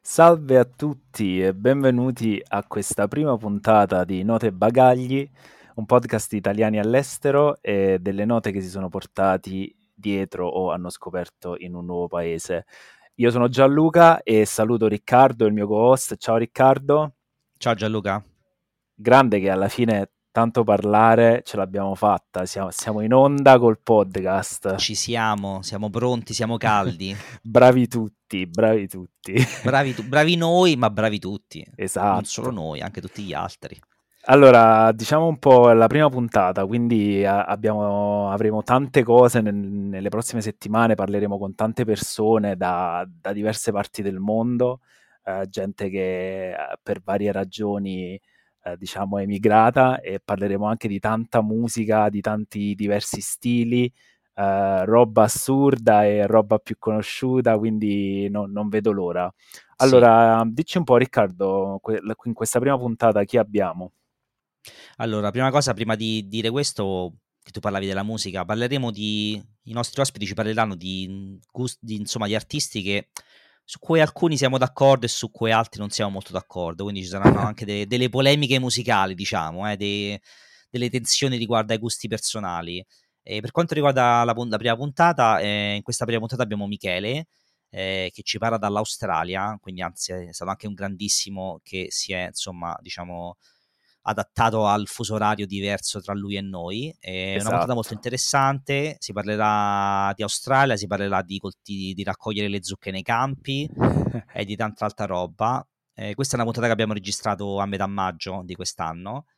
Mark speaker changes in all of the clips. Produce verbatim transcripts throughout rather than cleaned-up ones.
Speaker 1: Salve a tutti e benvenuti a questa prima puntata di Note e Bagagli, un podcast di italiani all'estero e delle note che si sono portati dietro o hanno scoperto in un nuovo paese. Io sono Gianluca e saluto Riccardo, il mio co-host. Ciao Riccardo.
Speaker 2: Ciao Gianluca.
Speaker 1: Grande che alla fine tanto parlare ce l'abbiamo fatta, siamo, siamo in onda col podcast.
Speaker 2: Ci siamo, siamo pronti, siamo caldi.
Speaker 1: Bravi tutti, bravi tutti.
Speaker 2: Bravi, tu- bravi noi, ma bravi tutti. Non solo
Speaker 1: Esatto.
Speaker 2: noi, anche tutti gli altri.
Speaker 1: Allora, diciamo un po' la prima puntata, quindi a- abbiamo, avremo tante cose nel- nelle prossime settimane, parleremo con tante persone da, da diverse parti del mondo, eh, gente che eh, per varie ragioni, eh, diciamo, è emigrata e parleremo anche di tanta musica, di tanti diversi stili, eh, roba assurda e roba più conosciuta, quindi no- non vedo l'ora.
Speaker 2: Sì.
Speaker 1: Allora, dici un po', Riccardo, que- in questa prima puntata chi abbiamo?
Speaker 2: Allora, prima cosa, prima di dire questo, che tu parlavi della musica, parleremo di... I nostri ospiti ci parleranno di, gust- di, insomma, di artisti che su cui alcuni siamo d'accordo e su cui altri non siamo molto d'accordo, quindi ci saranno anche de- delle polemiche musicali, diciamo, eh, de- delle tensioni riguardo ai gusti personali. E per quanto riguarda la, pun- la prima puntata, eh, in questa prima puntata abbiamo Michele, eh, che ci parla dall'Australia, quindi anzi è stato anche un grandissimo che si è, insomma, diciamo adattato al fuso orario diverso tra lui e noi. È una puntata molto
Speaker 1: Esatto.
Speaker 2: interessante, si parlerà di Australia, si parlerà di, colti- di raccogliere le zucche nei campi e di tanta altra roba. Eh, questa è una puntata che abbiamo registrato a metà maggio di quest'anno.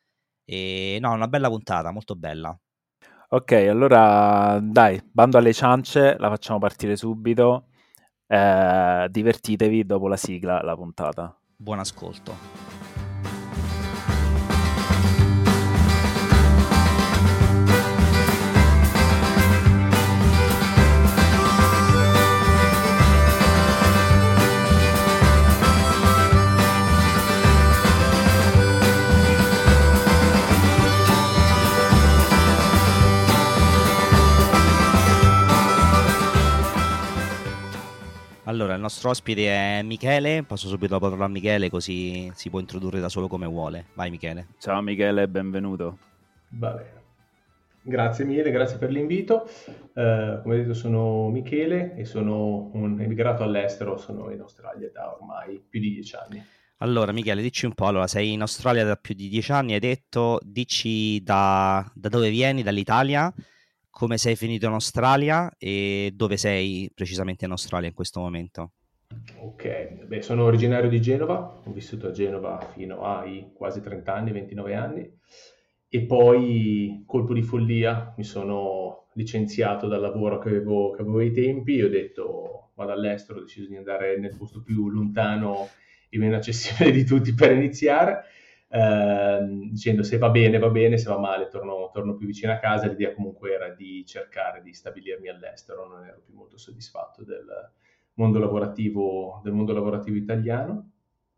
Speaker 2: E no, una bella puntata, molto bella.
Speaker 1: Ok, allora dai, bando alle ciance, la facciamo partire subito. Eh, divertitevi dopo la sigla, la puntata.
Speaker 2: Buon ascolto. Allora, il nostro ospite è Michele, passo subito la parola a Michele così si può introdurre da solo come vuole. Vai Michele.
Speaker 1: Ciao Michele, benvenuto.
Speaker 3: Va bene. Grazie mille, grazie per l'invito. Eh, come detto sono Michele e sono un emigrato all'estero, sono in Australia da ormai più di dieci anni.
Speaker 2: Allora Michele, dici un po', allora sei in Australia da più di dieci anni, hai detto, dici da, da dove vieni, dall'Italia, come sei finito in Australia e dove sei precisamente in Australia in questo momento.
Speaker 3: Ok, beh, sono originario di Genova, ho vissuto a Genova fino ai quasi trenta anni, ventinove anni, e poi, colpo di follia, mi sono licenziato dal lavoro che avevo, che avevo ai tempi e ho detto vado all'estero, ho deciso di andare nel posto più lontano e meno accessibile di tutti per iniziare, ehm, dicendo se va bene va bene, se va male torno, torno più vicino a casa. L'idea comunque era di cercare di stabilirmi all'estero, non ero più molto soddisfatto del mondo lavorativo, del mondo lavorativo italiano,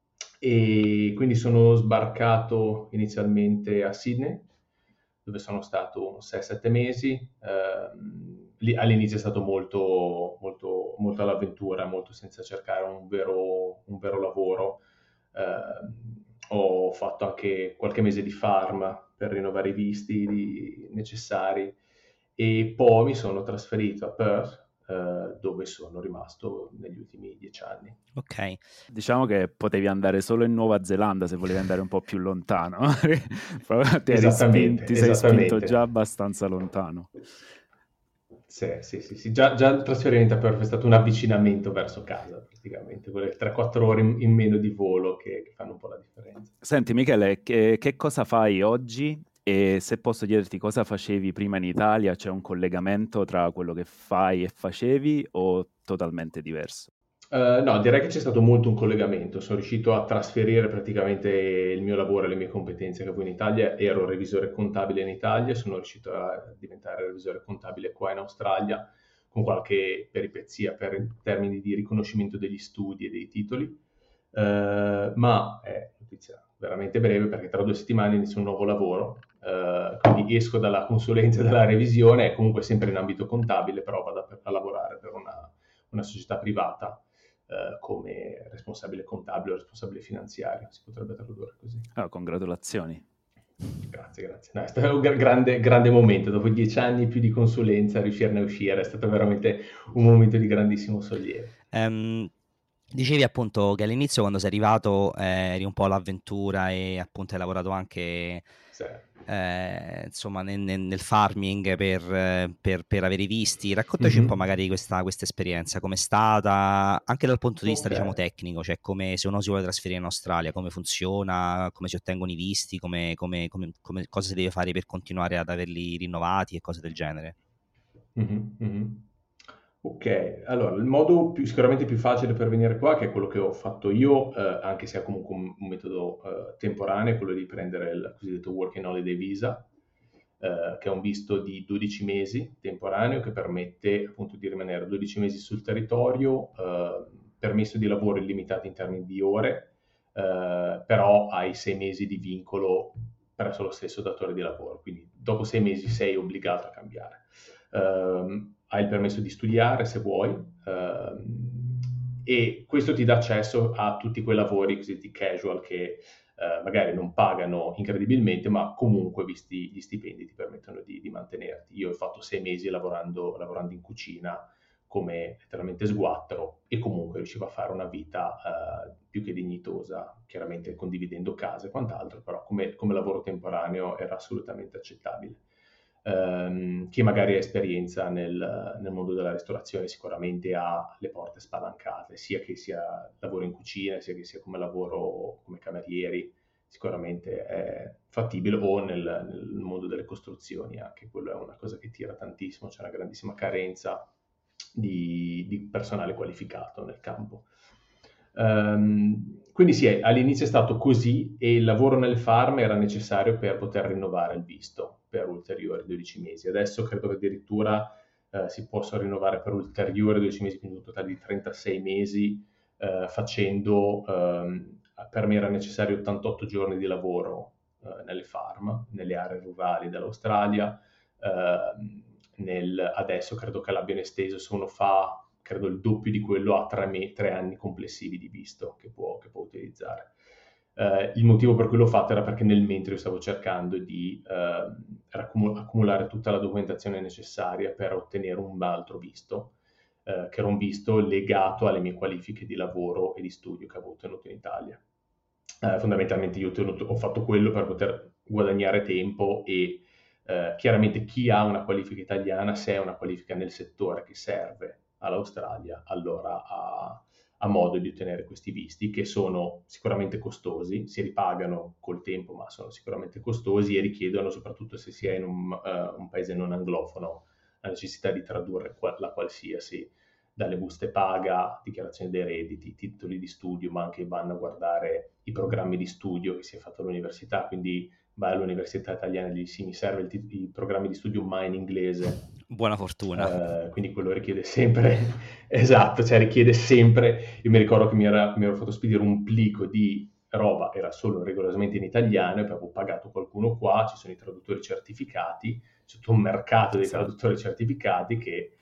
Speaker 3: e quindi sono sbarcato inizialmente a Sydney, dove sono stato sei sette mesi. Ehm, lì all'inizio è stato molto, molto, molto all'avventura, molto senza cercare un vero, un vero lavoro. Ehm, ho fatto anche qualche mese di farm per rinnovare i visti di- necessari, e poi mi sono trasferito a Perth, eh, dove sono rimasto negli ultimi dieci anni.
Speaker 2: Ok,
Speaker 1: Diciamo che potevi andare solo in Nuova Zelanda se volevi andare un po' più lontano. Proprio ti eri spin-
Speaker 3: Esattamente,
Speaker 1: ti sei spinto già
Speaker 3: esattamente.
Speaker 1: abbastanza lontano.
Speaker 3: Sì, sì, sì, sì. Già, già il trasferimento a Perth è stato un avvicinamento verso casa, praticamente, quelle tre quattro ore in, in meno di volo che, che fanno un po' la differenza.
Speaker 1: Senti Michele, che, che cosa fai oggi? E se posso chiederti cosa facevi prima in Italia, c'è un collegamento tra quello che fai e facevi o totalmente diverso?
Speaker 3: Eh, no, direi che c'è stato molto un collegamento. Sono riuscito a trasferire praticamente il mio lavoro e le mie competenze che avevo in Italia. Ero revisore contabile in Italia, sono riuscito a diventare revisore contabile qua in Australia, con qualche peripezia per in termini di riconoscimento degli studi e dei titoli. Eh, ma è notizia veramente breve perché tra due settimane inizio un nuovo lavoro. Eh, quindi esco dalla consulenza e dalla revisione, comunque sempre in ambito contabile, però vado a, a lavorare per una, una società privata, eh, come responsabile contabile o responsabile finanziario, si potrebbe tradurre così.
Speaker 1: Oh, congratulazioni.
Speaker 3: Grazie, grazie. No, è stato un gra- grande, grande momento, dopo dieci anni più di consulenza, riuscirne a uscire è stato veramente un momento di grandissimo sollievo.
Speaker 2: Ehm, dicevi appunto che all'inizio quando sei arrivato eh, eri un po' all'avventura e appunto hai lavorato anche
Speaker 3: Sì.
Speaker 2: eh, insomma nel, nel- nel farming per, eh, per- per avere i visti. Raccontaci un po'
Speaker 3: Mhm.
Speaker 2: magari questa questa esperienza, com'è stata anche dal punto di vista
Speaker 3: Ok.
Speaker 2: diciamo tecnico, cioè come se uno si vuole trasferire in Australia, come funziona, come si ottengono i visti, come, come- come- come- cosa si deve fare per continuare ad averli rinnovati e cose del genere.
Speaker 3: Mhm, mhm. Ok, allora il modo più- sicuramente più facile per venire qua, che è quello che ho fatto io, eh, anche se è comunque un, un metodo eh, temporaneo, è quello di prendere il cosiddetto Working Holiday Visa, eh, che è un visto di dodici mesi temporaneo che permette appunto di rimanere dodici mesi sul territorio, eh, permesso di lavoro illimitato in termini di ore, eh, però hai sei mesi di vincolo presso lo stesso datore di lavoro, quindi dopo sei mesi sei obbligato a cambiare. Um, hai il permesso di studiare se vuoi, um, e questo ti dà accesso a tutti quei lavori cosiddetti casual che uh, magari non pagano incredibilmente, ma comunque visti gli stipendi ti permettono di, di mantenerti. Io ho fatto sei mesi lavorando, lavorando in cucina come letteralmente sguattero e comunque riuscivo a fare una vita uh, più che dignitosa, chiaramente condividendo casa e quant'altro, però come, come lavoro temporaneo era assolutamente accettabile. Um, chi magari ha esperienza nel, nel mondo della ristorazione sicuramente ha le porte spalancate, sia che sia lavoro in cucina, sia che sia come lavoro come camerieri, sicuramente è fattibile, o nel, nel mondo delle costruzioni, anche quello è una cosa che tira tantissimo, c'è una grandissima carenza di, di personale qualificato nel campo. Um, quindi sì, all'inizio è stato così e il lavoro nelle farm era necessario per poter rinnovare il visto per ulteriori dodici mesi. Adesso credo che addirittura eh, si possa rinnovare per ulteriori dodici mesi, quindi un totale di trentasei mesi, eh, facendo, ehm, per me era necessario ottantotto giorni di lavoro eh, nelle farm, nelle aree rurali dell'Australia. Eh, nel, adesso credo che l'abbiano esteso, se uno fa credo il doppio di quello, ha tre, me- tre anni complessivi di visto che può, che può utilizzare. Uh, il motivo per cui l'ho fatto era perché nel mentre io stavo cercando di uh, raccum- accumulare tutta la documentazione necessaria per ottenere un altro visto, uh, che era un visto legato alle mie qualifiche di lavoro e di studio che avevo ottenuto in Italia. Uh, fondamentalmente io ho, tenuto, ho fatto quello per poter guadagnare tempo e chiaramente chi ha una qualifica italiana, se è una qualifica nel settore che serve all'Australia, allora ha, ha modo di ottenere questi visti che sono sicuramente costosi, si ripagano col tempo ma sono sicuramente costosi e richiedono, soprattutto se si è in un, uh, un paese non anglofono, la necessità di tradurre qual- la qualsiasi, dalle buste paga, dichiarazioni dei redditi, titoli di studio, ma anche vanno a guardare i programmi di studio che si è fatto all'università, quindi vai all'università italiana e dici sì, mi serve il, t- il programma di studio ma in inglese.
Speaker 2: Buona fortuna.
Speaker 3: Uh, quindi quello richiede sempre, esatto, cioè richiede sempre, io mi ricordo che mi, era, mi ero fatto spedire un plico di roba, era solo rigorosamente in italiano e poi avevo pagato qualcuno qua, ci sono i traduttori certificati, c'è tutto un mercato dei
Speaker 1: Esatto.
Speaker 3: traduttori certificati che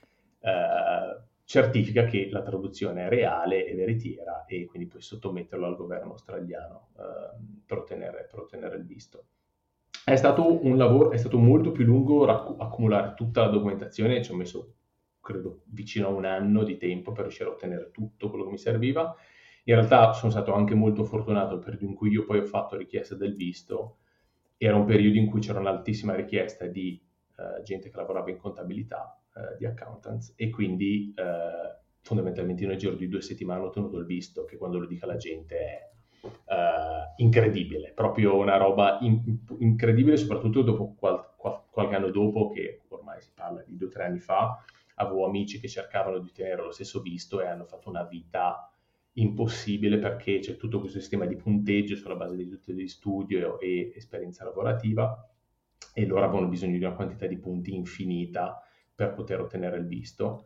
Speaker 3: uh, certifica che la traduzione è reale e veritiera e quindi puoi sottometterlo al governo australiano uh, per, ottenere, per ottenere il visto. È stato un lavoro, è stato molto più lungo racc- accumulare tutta la documentazione, ci ho messo credo vicino a un anno di tempo per riuscire a ottenere tutto quello che mi serviva. In realtà sono stato anche molto fortunato, il periodo in cui io poi ho fatto richiesta del visto era un periodo in cui c'era un'altissima richiesta di eh, gente che lavorava in contabilità, eh, di accountants, e quindi eh, fondamentalmente in un giro di due settimane ho ottenuto il visto, che quando lo dica la gente è Uh, incredibile, proprio una roba in- incredibile, soprattutto dopo qual- qual- qualche anno dopo, che ormai si parla di due o tre anni fa, avevo amici che cercavano di ottenere lo stesso visto e hanno fatto una vita impossibile perché c'è tutto questo sistema di punteggio sulla base di tutti gli studio e esperienza lavorativa e loro avevano bisogno di una quantità di punti infinita per poter ottenere il visto.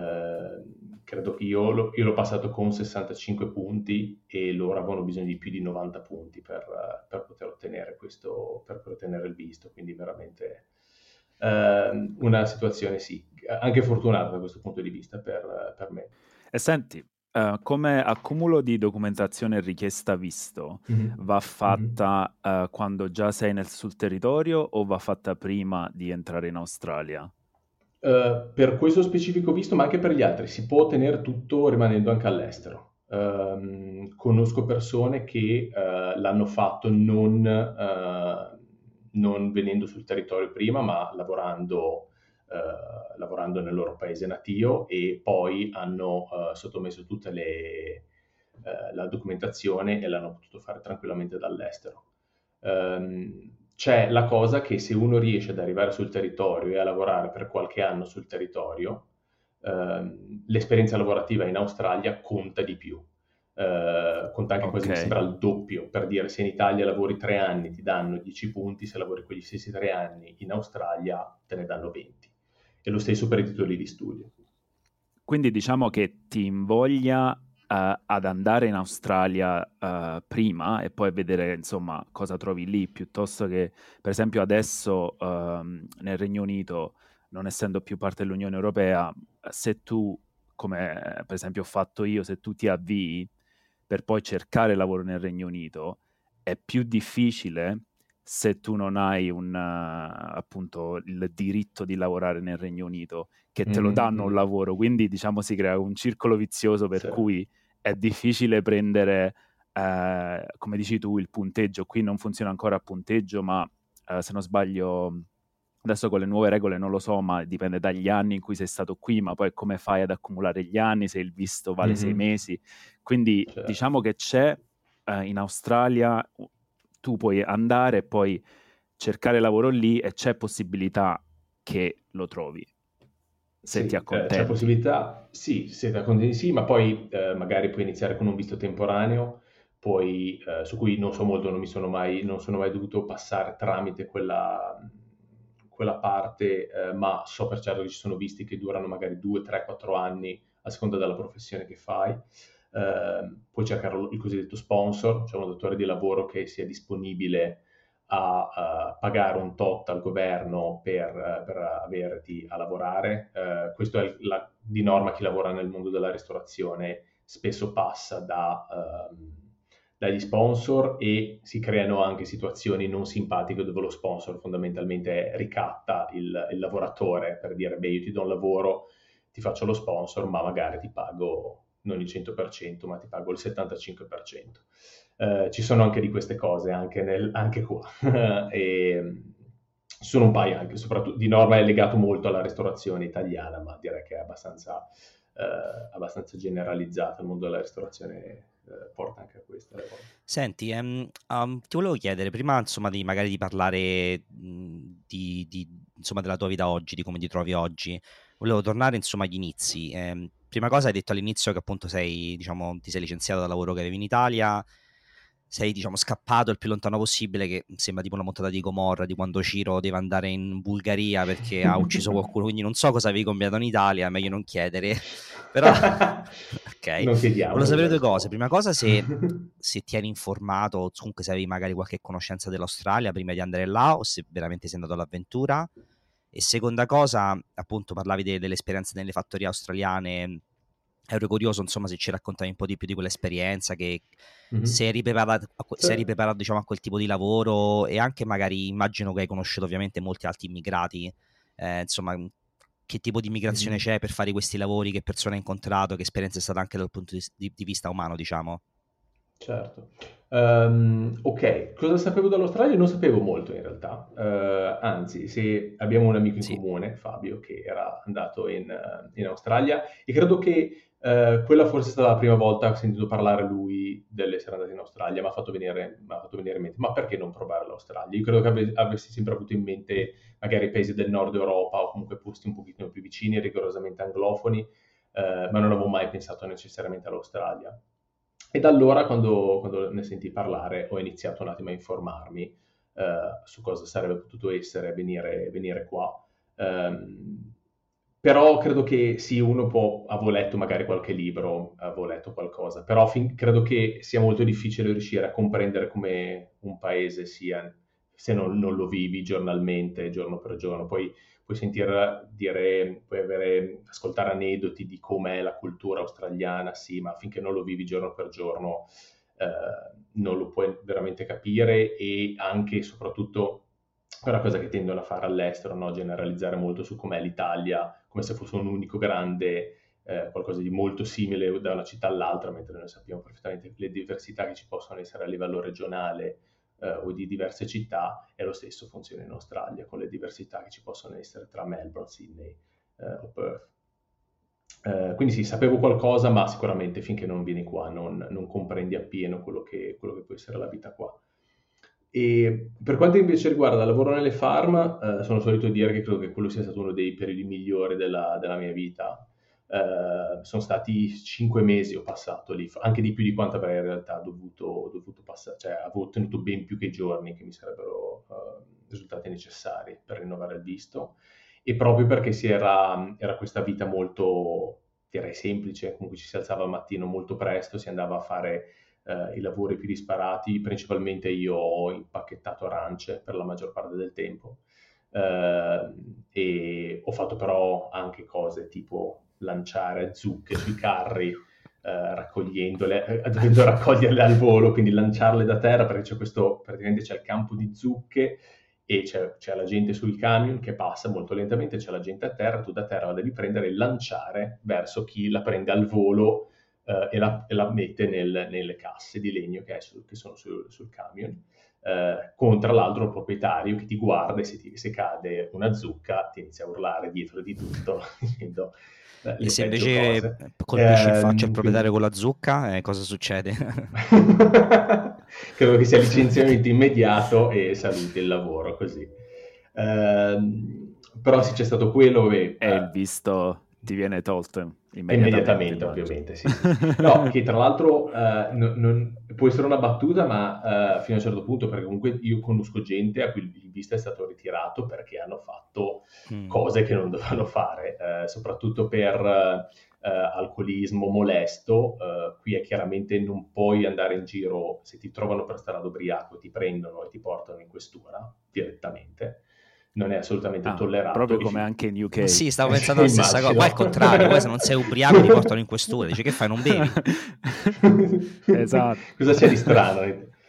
Speaker 3: Uh, credo che io, lo, io l'ho passato con sessantacinque punti e loro avevano bisogno di più di novanta punti per, uh, per poter ottenere questo, per poter ottenere il visto, quindi veramente uh, una situazione sì, anche fortunata da questo punto di vista per, per me.
Speaker 1: E senti, Uh, come accumulo di documentazione e richiesta visto,
Speaker 3: Mhm.
Speaker 1: va
Speaker 3: Mhm.
Speaker 1: fatta uh, quando già sei nel, sul territorio o va fatta prima di entrare in Australia?
Speaker 3: Uh, per questo specifico visto, ma anche per gli altri, si può ottenere tutto rimanendo anche all'estero. Um, conosco persone che uh, l'hanno fatto non, uh, non venendo sul territorio prima, ma lavorando, uh, lavorando nel loro paese natio, e poi hanno uh, sottomesso tutta le, uh, la documentazione e l'hanno potuto fare tranquillamente dall'estero. Um, c'è la cosa che se uno riesce ad arrivare sul territorio e a lavorare per qualche anno sul territorio, ehm, l'esperienza lavorativa in Australia conta di più. Eh, conta anche quasi, mi
Speaker 1: Ok.
Speaker 3: sembra, il doppio. Per dire, se in Italia lavori tre anni ti danno dieci punti, se lavori quegli stessi tre anni in Australia te ne danno venti. E lo stesso per i titoli di studio.
Speaker 1: Quindi diciamo che ti invoglia uh, ad andare in Australia uh, prima e poi vedere insomma cosa trovi lì, piuttosto che per esempio adesso um, nel Regno Unito, non essendo più parte dell'Unione Europea, se tu, come eh, per esempio ho fatto io, se tu ti avvii per poi cercare lavoro nel Regno Unito, è più difficile se tu non hai un, uh, appunto il diritto di lavorare nel Regno Unito, che te lo danno un
Speaker 3: Mm-hmm.
Speaker 1: lavoro, quindi diciamo si crea un circolo vizioso per
Speaker 3: Sì.
Speaker 1: cui è difficile prendere, eh, come dici tu, il punteggio. Qui non funziona ancora a punteggio, ma eh, se non sbaglio adesso con le nuove regole non lo so, ma dipende dagli anni in cui sei stato qui, ma poi come fai ad accumulare gli anni, se il visto vale
Speaker 3: Mm-hmm.
Speaker 1: sei mesi. Quindi
Speaker 3: Certo.
Speaker 1: diciamo che c'è eh, in Australia, tu puoi andare e poi cercare lavoro lì e c'è possibilità che lo trovi, se
Speaker 3: Sì,
Speaker 1: ti
Speaker 3: eh,
Speaker 1: accontenti.
Speaker 3: c'è possibilità, sì, se ti accontenti sì, ma poi eh, magari puoi iniziare con un visto temporaneo, poi, eh, su cui non so molto, non mi sono mai, non sono mai dovuto passare tramite quella, quella parte, eh, ma so per certo che ci sono visti che durano magari due, tre, quattro anni a seconda della professione che fai. Eh, puoi cercare il cosiddetto sponsor, cioè un datore di lavoro che sia disponibile a, a pagare un tot al governo per, per averti a lavorare. Eh, questo è la, di norma chi lavora nel mondo della ristorazione spesso passa da, um, dagli sponsor, e si creano anche situazioni non simpatiche dove lo sponsor fondamentalmente ricatta il, il lavoratore per dire: beh, io ti do un lavoro, ti faccio lo sponsor, ma magari ti pago non il cento per cento, ma ti pago il settantacinque per cento. Uh, ci sono anche di queste cose anche, nel, anche qua. E ci sono un paio anche, soprattutto di norma è legato molto alla ristorazione italiana, ma direi che è abbastanza, uh, abbastanza generalizzato. Il mondo della ristorazione uh, porta anche a questo.
Speaker 2: Senti, um, um, ti volevo chiedere prima, insomma, di magari di parlare mh, di, di, insomma, della tua vita oggi, di come ti trovi oggi. Volevo tornare, insomma, agli inizi. Eh, prima cosa hai detto all'inizio che appunto sei, diciamo, ti sei licenziato dal lavoro che avevi in Italia, sei, diciamo, scappato il più lontano possibile, che sembra tipo una montata di Gomorra, di quando Ciro deve andare in Bulgaria perché ha ucciso qualcuno, quindi non so cosa avevi combinato in Italia, meglio non chiedere, però ok,
Speaker 3: non chiediamo,
Speaker 2: volevo sapere due
Speaker 3: so.
Speaker 2: cose. Prima cosa, se, se ti eri informato, o comunque se avevi magari qualche conoscenza dell'Australia prima di andare là, o se veramente sei andato all'avventura. E seconda cosa, appunto, parlavi de- delle esperienze nelle fattorie australiane. Ero curioso, insomma, se ci raccontavi un po' di più di quell'esperienza, che
Speaker 3: Mm-hmm.
Speaker 2: se eri preparato, a,
Speaker 3: Sì.
Speaker 2: se eri preparato, diciamo, a quel tipo di lavoro, e anche magari immagino che hai conosciuto ovviamente molti altri immigrati, eh, insomma, che tipo di immigrazione
Speaker 3: Mm-hmm.
Speaker 2: c'è per fare questi lavori, che persone hai incontrato, che esperienza è stata anche dal punto di, di, di vista umano, diciamo.
Speaker 3: Certo. Um, ok, cosa sapevo dall'Australia? Non sapevo molto in realtà, uh, anzi, se abbiamo un amico in
Speaker 2: Sì.
Speaker 3: comune, Fabio, che era andato in, uh, in Australia, e credo che uh, quella forse è stata la prima volta che ho sentito parlare lui dell'essere andato in Australia, mi ha fatto venire, mi ha fatto venire in mente, ma perché non provare l'Australia? Io credo che ave- avessi sempre avuto in mente magari i paesi del nord Europa o comunque posti un pochettino più vicini, rigorosamente anglofoni, uh, ma non avevo mai pensato necessariamente all'Australia. E da allora, quando, quando ne sentì parlare, ho iniziato un attimo a informarmi uh, su cosa sarebbe potuto essere venire, venire qua. Um, però credo che sì, uno può, avevo letto magari qualche libro, avevo letto qualcosa, però fin, credo che sia molto difficile riuscire a comprendere come un paese sia, se non, non lo vivi giornalmente, giorno per giorno. Poi puoi sentire dire, puoi avere, ascoltare aneddoti di com'è la cultura australiana, sì, ma finché non lo vivi giorno per giorno eh, non lo puoi veramente capire. E anche e soprattutto è una cosa che tendono a fare all'estero, no? Generalizzare molto su com'è l'Italia, come se fosse un unico grande, eh, qualcosa di molto simile da una città all'altra, mentre noi sappiamo perfettamente le diversità che ci possono essere a livello regionale eh, o di diverse città, e lo stesso funziona in Australia con le diversità che ci possono essere tra Melbourne, Sydney eh, o Perth. Eh, quindi sì, sapevo qualcosa, ma sicuramente finché non vieni qua non, non comprendi appieno quello che, quello che può essere la vita qua. E per quanto invece riguarda il lavoro nelle farm, eh, sono solito dire che credo che quello sia stato uno dei periodi migliori della, della mia vita. Eh, sono stati cinque mesi ho passato lì, anche di più di quanto avrei in realtà dovuto, dovuto passare, cioè avevo tenuto ben più che i giorni che mi sarebbero eh, risultati necessari per rinnovare il visto. E proprio perché si era, era questa vita molto, direi semplice, comunque ci si alzava al mattino molto presto, si andava a fare eh, i lavori più disparati. Principalmente io ho impacchettato arance per la maggior parte del tempo, eh, e ho fatto però anche cose tipo lanciare zucche sui carri, eh, raccogliendole, eh, dovendo raccoglierle al volo, quindi lanciarle da terra, perché c'è questo, praticamente c'è il campo di zucche e c'è, c'è la gente sul camion che passa molto lentamente, c'è la gente a terra, tu da terra la devi prendere e lanciare verso chi la prende al volo eh, e, la, e la mette nel, nelle casse di legno che, è sul, che sono sul, sul camion, eh, con tra l'altro il proprietario che ti guarda, e se, ti, se cade una zucca ti inizia a urlare dietro di tutto dicendo eh,
Speaker 2: E
Speaker 3: le
Speaker 2: se
Speaker 3: peggio
Speaker 2: invece
Speaker 3: cose.
Speaker 2: colpisci in faccia il
Speaker 3: Ehm,
Speaker 2: proprietario
Speaker 3: quindi
Speaker 2: con la zucca, eh, cosa succede?
Speaker 3: credo che sia licenziamento immediato e saluti il lavoro così. Ehm, però sì, c'è stato quello e
Speaker 1: E il
Speaker 3: eh,
Speaker 1: visto ti viene tolto
Speaker 3: e
Speaker 1: immediatamente,
Speaker 3: immediatamente,
Speaker 1: immagino.
Speaker 3: ovviamente, sì, sì, sì. No, che tra l'altro eh, non- non- può essere una battuta, ma eh, fino a un certo punto, perché comunque io conosco gente a cui il visto è stato ritirato perché hanno fatto
Speaker 2: Mm.
Speaker 3: cose che non dovevano fare, eh, soprattutto per eh, alcolismo molesto. Eh, qui è chiaramente non puoi andare in giro, se ti trovano per strada ubriaco, ti prendono e ti portano in questura direttamente. Non è assolutamente
Speaker 1: Ah,
Speaker 3: tollerato.
Speaker 1: proprio
Speaker 3: E
Speaker 1: come
Speaker 3: fi-
Speaker 1: anche in U K.
Speaker 2: Sì, stavo
Speaker 3: eh,
Speaker 2: pensando la stessa cosa. Qua è il
Speaker 3: immagino.
Speaker 2: contrario, poi se non sei ubriaco ti portano in questura, dici che fai, non bevi?
Speaker 1: Esatto.
Speaker 3: Cosa c'è di strano?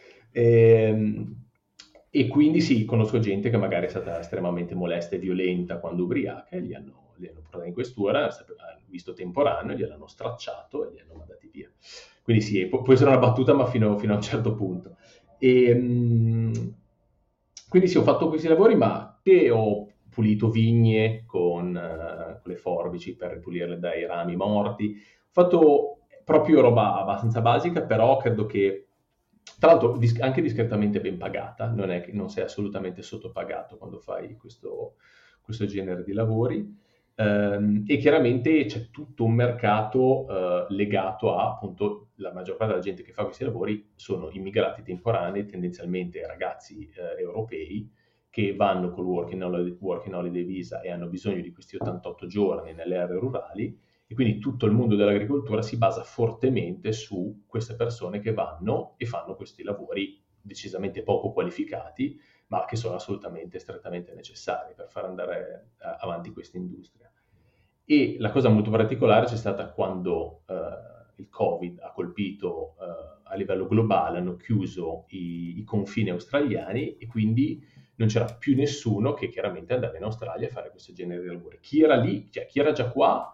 Speaker 3: Ehm, E, quindi sì, conosco gente che magari è stata estremamente molesta e violenta quando ubriaca e li hanno, li hanno portati in questura, hanno visto temporaneo, gliel'hanno stracciato e li hanno mandati via. Quindi sì, può, può essere una battuta, ma fino, fino a un certo punto. E, mh, quindi sì, ho fatto questi lavori, ma che ho pulito vigne con, eh, con le forbici per ripulirle dai rami morti. Ho fatto proprio roba abbastanza basica, però credo che, tra l'altro, dis- anche discretamente ben pagata, non è che non sei assolutamente sottopagato quando fai questo, questo genere di lavori. Ehm, e chiaramente c'è tutto un mercato eh, legato a, appunto, la maggior parte della gente che fa questi lavori sono immigrati temporanei, tendenzialmente ragazzi eh, europei che vanno col working holiday, working holiday visa e hanno bisogno di questi ottantotto giorni nelle aree rurali, e quindi tutto il mondo dell'agricoltura si basa fortemente su queste persone che vanno e fanno questi lavori decisamente poco qualificati, ma che sono assolutamente strettamente necessari per far andare eh, avanti questa industria. E la cosa molto particolare c'è stata quando eh, il Covid ha colpito eh, a livello globale, hanno chiuso i, i confini australiani e quindi non c'era più nessuno che chiaramente andava in Australia a fare questo genere di lavori. Chi era lì, cioè chi era già qua,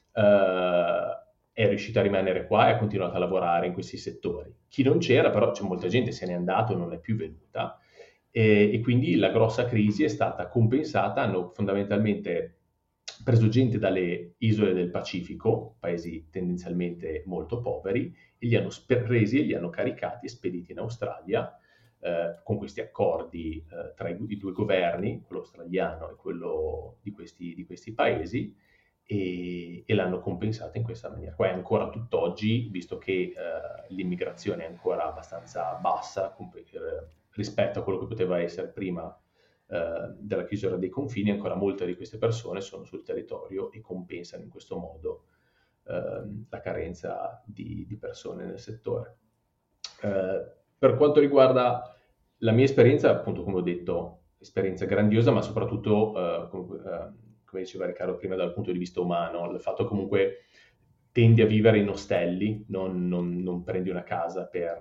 Speaker 3: eh, è riuscito a rimanere qua e ha continuato a lavorare in questi settori. Chi non c'era, però c'è molta gente se n'è andato, non è più venuta, e, e quindi la grossa crisi è stata compensata. Hanno fondamentalmente preso gente dalle isole del Pacifico, paesi tendenzialmente molto poveri, e li hanno spe- presi e li hanno caricati e spediti in Australia eh, con questi accordi eh, tra i, i due governi, quello australiano e quello di questi, di questi paesi, e, e l'hanno compensata in questa maniera. Qua è ancora tutt'oggi, visto che eh, l'immigrazione è ancora abbastanza bassa comp- eh, rispetto a quello che poteva essere prima eh, della chiusura dei confini, ancora molte di queste persone sono sul territorio e compensano in questo modo eh, la carenza di, di persone nel settore. Eh, per quanto riguarda la mia esperienza, appunto, come ho detto, esperienza grandiosa, ma soprattutto, eh, come, eh, come diceva Riccardo prima, dal punto di vista umano, il fatto comunque tendi a vivere in ostelli, non, non, non prendi una casa per,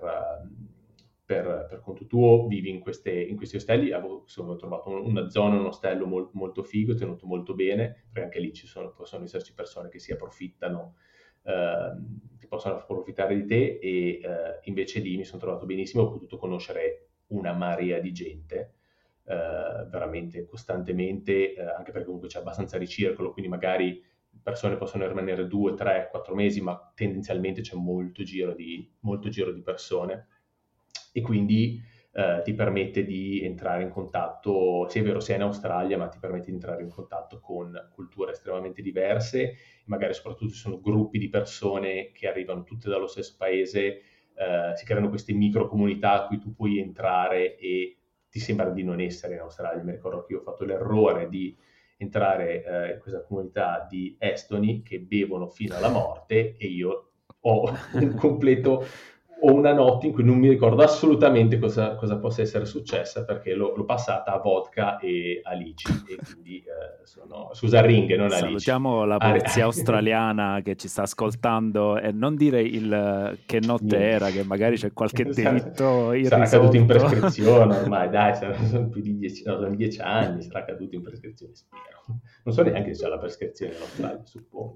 Speaker 3: per, per conto tuo, vivi in, queste, in questi ostelli. Avevo sono trovato una zona, un ostello mol, molto figo, tenuto molto bene, perché anche lì ci sono, possono esserci persone che si approfittano, eh, che possono approfittare di te, e eh, invece lì mi sono trovato benissimo, ho potuto conoscere una marea di gente, eh, veramente costantemente, eh, anche perché comunque c'è abbastanza ricircolo, quindi magari persone possono rimanere due, tre, quattro mesi, ma tendenzialmente c'è molto giro di, molto giro di persone, e quindi eh, ti permette di entrare in contatto, sì è vero, sei in Australia, ma ti permette di entrare in contatto con culture estremamente diverse, e magari soprattutto ci sono gruppi di persone che arrivano tutte dallo stesso paese, eh, si creano queste micro comunità a cui tu puoi entrare e ti sembra di non essere in Australia. Mi ricordo che io ho fatto l'errore di entrare eh, in questa comunità di estoni che bevono fino alla morte, e io ho un completo ho una notte in cui non mi ricordo assolutamente cosa, cosa possa essere successa, perché l'ho, l'ho passata a vodka e alici, e quindi eh, sono, scusa, ringhe, non alici.
Speaker 1: Salutiamo la polizia australiana che ci sta ascoltando, e non dire il che notte
Speaker 3: Niente.
Speaker 1: era, che magari c'è qualche delitto irrisolto.
Speaker 3: Sarà caduto in prescrizione ormai, dai, sono più di dieci, no, sono dieci anni, sarà caduto in prescrizione, spero. Non so neanche se c'è la prescrizione in Australia, suppongo.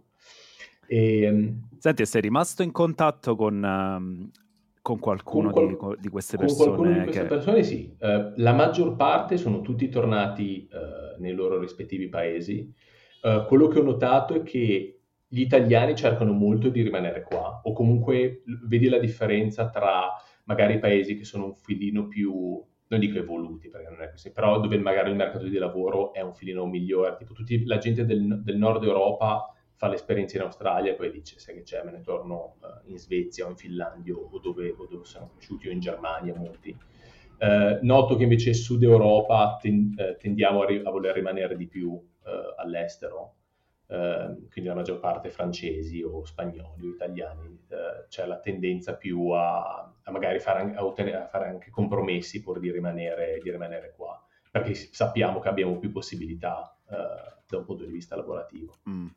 Speaker 3: E,
Speaker 1: Senti, sei rimasto in contatto con... Um, con qualcuno
Speaker 3: con qual-
Speaker 1: di, di queste
Speaker 3: con
Speaker 1: persone?
Speaker 3: qualcuno di queste
Speaker 1: che...
Speaker 3: persone sì, uh, la maggior parte sono tutti tornati uh, nei loro rispettivi paesi. Uh, quello che ho notato è che gli italiani cercano molto di rimanere qua, o comunque vedi la differenza tra magari paesi che sono un filino più, non dico evoluti perché non è così, però dove magari il mercato di lavoro è un filino migliore, tipo tutti, la gente del, del nord Europa fa l'esperienza in Australia e poi dice, sai che c'è, me ne torno uh, in Svezia o in Finlandia o dove, o dove sono cresciuti, o in Germania molti. Uh, noto che invece Sud Europa ten, uh, tendiamo a, ri- a voler rimanere di più uh, all'estero, uh, quindi la maggior parte francesi o spagnoli o italiani, uh, c'è la tendenza più a, a magari fare, a, ottenere, a fare anche compromessi pur di rimanere, di rimanere qua, perché sappiamo che abbiamo più possibilità uh, da un punto di vista lavorativo.
Speaker 1: Mm.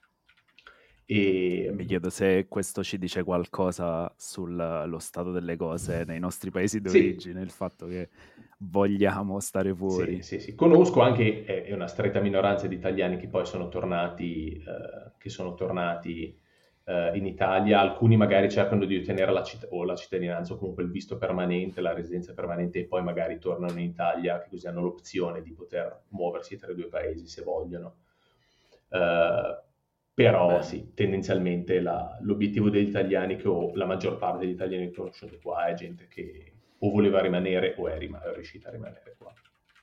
Speaker 3: E
Speaker 1: mi chiedo se questo ci dice qualcosa sullo stato delle cose nei nostri paesi d'origine,
Speaker 3: sì,
Speaker 1: il fatto che vogliamo stare fuori.
Speaker 3: Sì, sì, sì. Conosco anche, è una stretta minoranza di italiani che poi sono tornati, eh, che sono tornati eh, in Italia. Alcuni magari cercano di ottenere la, citt- o la cittadinanza o comunque il visto permanente, la residenza permanente, e poi magari tornano in Italia, che così hanno l'opzione di poter muoversi tra i due paesi se vogliono. Uh, però Bene. Sì, tendenzialmente la, l'obiettivo degli italiani, che ho, la maggior parte degli italiani che ho conosciuto qua, è gente che o voleva rimanere o è, rim- è riuscita a rimanere qua.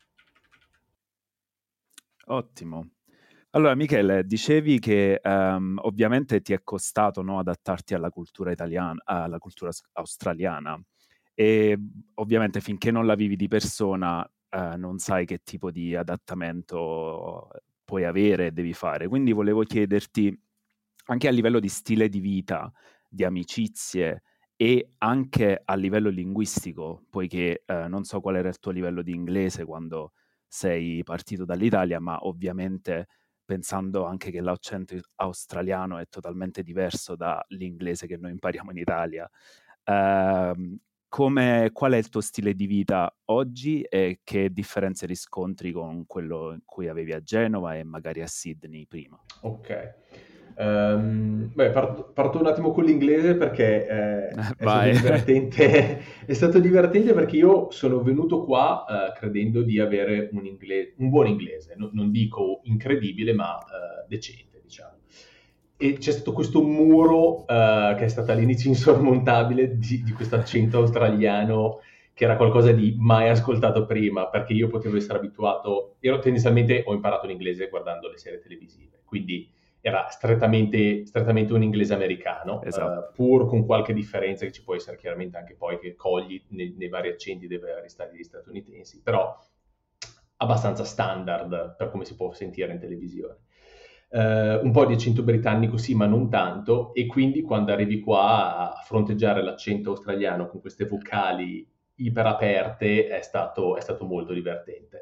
Speaker 1: Ottimo. Allora, Michele, dicevi che um, ovviamente ti è costato, no, adattarti alla cultura italiana, alla cultura australiana, e ovviamente finché non la vivi di persona uh, non sai che tipo di adattamento puoi avere e devi fare. Quindi volevo chiederti, anche a livello di stile di vita, di amicizie e anche a livello linguistico, poiché uh, non so qual era il tuo livello di inglese quando sei partito dall'Italia, ma ovviamente pensando anche che l'accento australiano è totalmente diverso dall'inglese che noi impariamo in Italia. Uh, come, qual è il tuo stile di vita oggi e che differenze riscontri con quello in cui avevi a Genova e magari a Sydney prima?
Speaker 3: Ok. Um, beh, parto, parto un attimo con l'inglese perché eh, è stato divertente. È stato divertente perché io sono venuto qua uh, credendo di avere un, inglese, un buon inglese, no, non dico incredibile, ma uh, decente, diciamo. E c'è stato questo muro uh, che è stato all'inizio insormontabile di, di questo accento australiano, che era qualcosa di mai ascoltato prima, perché io potevo essere abituato, io tendenzialmente ho imparato l'inglese guardando le serie televisive, quindi era strettamente, strettamente un inglese americano, esatto. uh, pur con qualche differenza che ci può essere chiaramente anche poi, che cogli nei, nei vari accenti dei vari stati statunitensi, però abbastanza standard per come si può sentire in televisione. Uh, un po' di accento britannico sì, ma non tanto, e quindi quando arrivi qua a fronteggiare l'accento australiano con queste vocali iperaperte è stato, è stato molto divertente.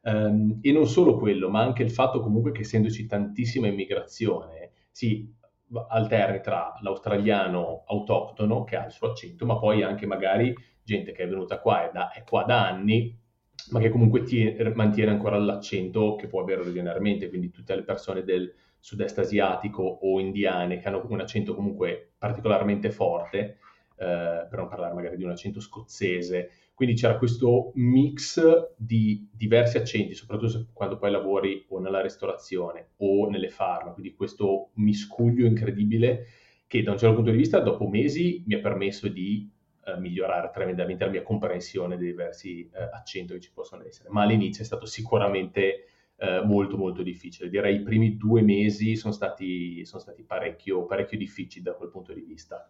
Speaker 3: Um, e non solo quello, ma anche il fatto comunque che essendoci tantissima immigrazione, si alterni tra l'australiano autoctono, che ha il suo accento, ma poi anche magari gente che è venuta qua e da, è qua da anni, ma che comunque tie- mantiene ancora l'accento che può avere originariamente, quindi tutte le persone del sud-est asiatico o indiane che hanno un accento comunque particolarmente forte, eh, per non parlare magari di un accento scozzese. Quindi c'era questo mix di diversi accenti, soprattutto quando poi lavori o nella ristorazione o nelle farm, quindi questo miscuglio incredibile che da un certo punto di vista dopo mesi mi ha permesso di eh, migliorare tremendamente la mia comprensione dei diversi eh, accenti che ci possono essere, ma all'inizio è stato sicuramente eh, molto molto difficile. Direi i primi due mesi sono stati, sono stati parecchio, parecchio difficili da quel punto di vista.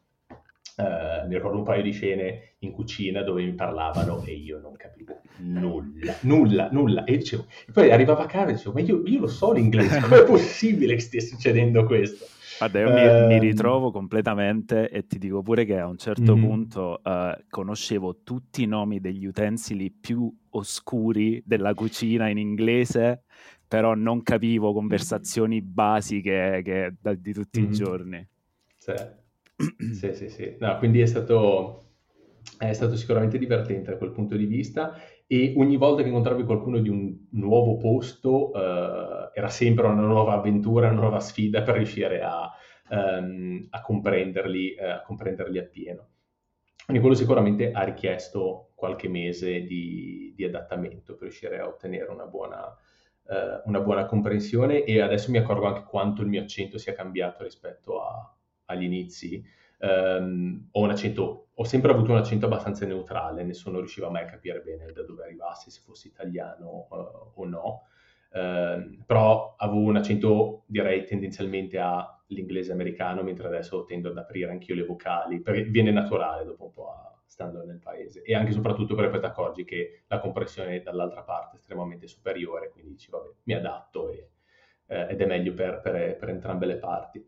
Speaker 3: Uh, mi ricordo un paio di scene in cucina dove mi parlavano e io non capivo nulla, nulla, nulla. E dicevo, e poi arrivava a casa e dicevo, ma io, io lo so l'inglese, com'è possibile che stia succedendo questo?
Speaker 1: Guarda, io uh, mi, mi ritrovo completamente e ti dico pure che a un certo mm-hmm. punto uh, conoscevo tutti i nomi degli utensili più oscuri della cucina in inglese, però non capivo conversazioni mm-hmm. basiche che, da, di tutti mm-hmm. i giorni.
Speaker 3: Sì. Sì, sì, sì. No, quindi è stato, è stato sicuramente divertente da quel punto di vista e ogni volta che incontravi qualcuno di un nuovo posto uh, era sempre una nuova avventura, una nuova sfida per riuscire a, um, a, comprenderli, uh, a comprenderli appieno. Quindi quello sicuramente ha richiesto qualche mese di, di adattamento per riuscire a ottenere una buona, uh, una buona comprensione e adesso mi accorgo anche quanto il mio accento sia cambiato rispetto a agli inizi. Um, ho un accento, ho sempre avuto un accento abbastanza neutrale, nessuno riusciva mai a capire bene da dove arrivassi, se fossi italiano uh, o no, uh, però avevo un accento direi tendenzialmente all'inglese americano, mentre adesso tendo ad aprire anch'io le vocali, perché viene naturale dopo un po' a, stando nel paese, e anche soprattutto perché poi ti accorgi che la compressione dall'altra parte è estremamente superiore, quindi dici vabbè, mi adatto e, eh, ed è meglio per, per, per entrambe le parti.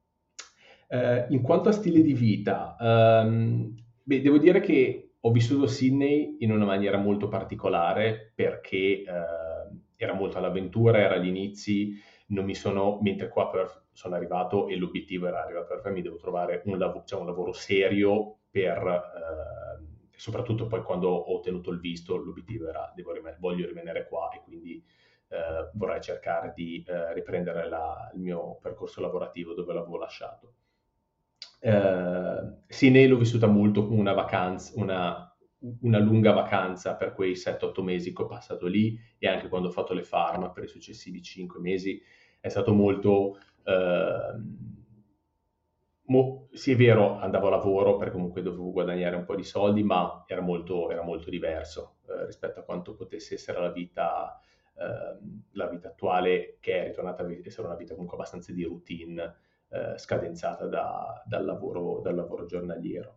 Speaker 3: Uh, in quanto a stile di vita, um, beh, devo dire che ho vissuto Sydney in una maniera molto particolare perché uh, era molto all'avventura, era agli inizi, non mi sono, mentre qua per, sono arrivato e l'obiettivo era arrivare per me, mi devo trovare un, lav- cioè un lavoro serio per, uh, soprattutto poi quando ho ottenuto il visto, l'obiettivo era devo rimanere, voglio rimanere qua e quindi uh, vorrei cercare di uh, riprendere la, il mio percorso lavorativo dove l'avevo lasciato. Uh, Sydney l'ho vissuta molto come una vacanza, una, una lunga vacanza per quei sette otto mesi che ho passato lì e anche quando ho fatto le farm per i successivi cinque mesi è stato molto uh, mo, sì è vero andavo a lavoro perché comunque dovevo guadagnare un po' di soldi ma era molto, era molto diverso uh, rispetto a quanto potesse essere la vita, uh, la vita attuale che è ritornata a essere una vita comunque abbastanza di routine Eh, scadenzata da, dal, lavoro, dal lavoro giornaliero.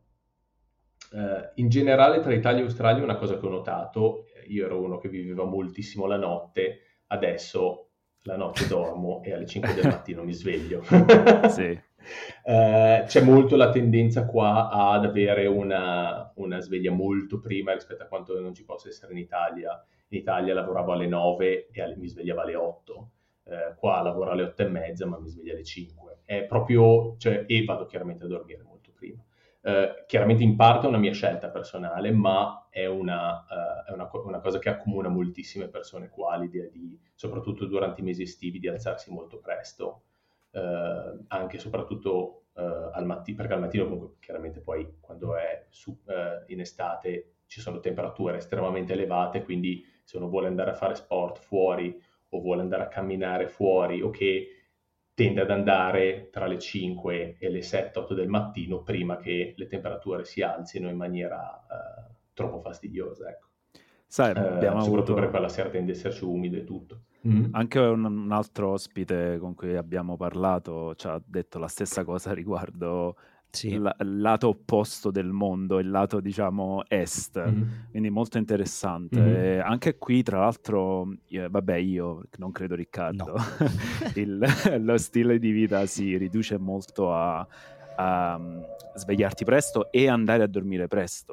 Speaker 3: Eh, in generale tra Italia e Australia una cosa che ho notato, io ero uno che viveva moltissimo la notte, adesso la notte dormo e alle cinque del mattino mi sveglio.
Speaker 1: Sì.
Speaker 3: eh, c'è molto la tendenza qua ad avere una, una sveglia molto prima rispetto a quanto non ci possa essere in Italia. In Italia lavoravo alle nove e alle, mi svegliavo alle otto. Eh, qua lavoro alle otto e mezza ma mi sveglio alle cinque. È proprio, cioè, e vado chiaramente a dormire molto prima. Eh, chiaramente in parte è una mia scelta personale, ma è una, uh, è una, una cosa che accomuna moltissime persone qua, l'idea di, soprattutto durante i mesi estivi, di alzarsi molto presto, uh, anche e soprattutto uh, al mattino, perché al mattino comunque chiaramente poi quando è su, uh, in estate ci sono temperature estremamente elevate, quindi se uno vuole andare a fare sport fuori o vuole andare a camminare fuori o che tende ad andare tra le cinque e le sette otto del mattino prima che le temperature si alzino in maniera uh, troppo fastidiosa, ecco.
Speaker 1: Sai, abbiamo
Speaker 3: uh, soprattutto
Speaker 1: avuto...
Speaker 3: perché la sera tende ad esserci umido e tutto.
Speaker 1: Mm-hmm. Anche un, un altro ospite con cui abbiamo parlato ci ha detto la stessa cosa riguardo sì. il lato opposto del mondo, il lato diciamo est, mm-hmm. quindi molto interessante. Mm-hmm. E anche qui tra l'altro, io, vabbè io non credo Riccardo, no. il, lo stile di vita si riduce molto a, a svegliarti presto e andare a dormire presto.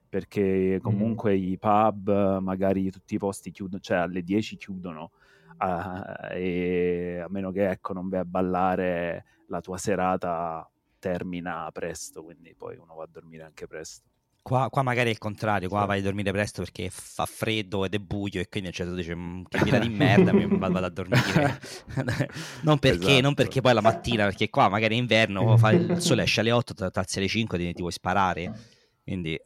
Speaker 1: perché comunque
Speaker 3: Mm-hmm.
Speaker 1: i pub, magari tutti i posti chiudono, cioè alle dieci chiudono, uh, e a meno che ecco non vai a ballare, la tua serata termina presto, quindi poi uno va a dormire anche presto.
Speaker 2: Qua, qua magari è il contrario, qua
Speaker 3: Sì.
Speaker 2: vai a dormire presto perché fa freddo ed è buio e quindi certo dice che vita di merda, mi vado a dormire. non, perché,
Speaker 1: Esatto.
Speaker 2: non perché poi la mattina, perché qua magari è inverno, fa, il sole esce alle otto, ti alzi alle cinque, ti, ti vuoi sparare. Quindi...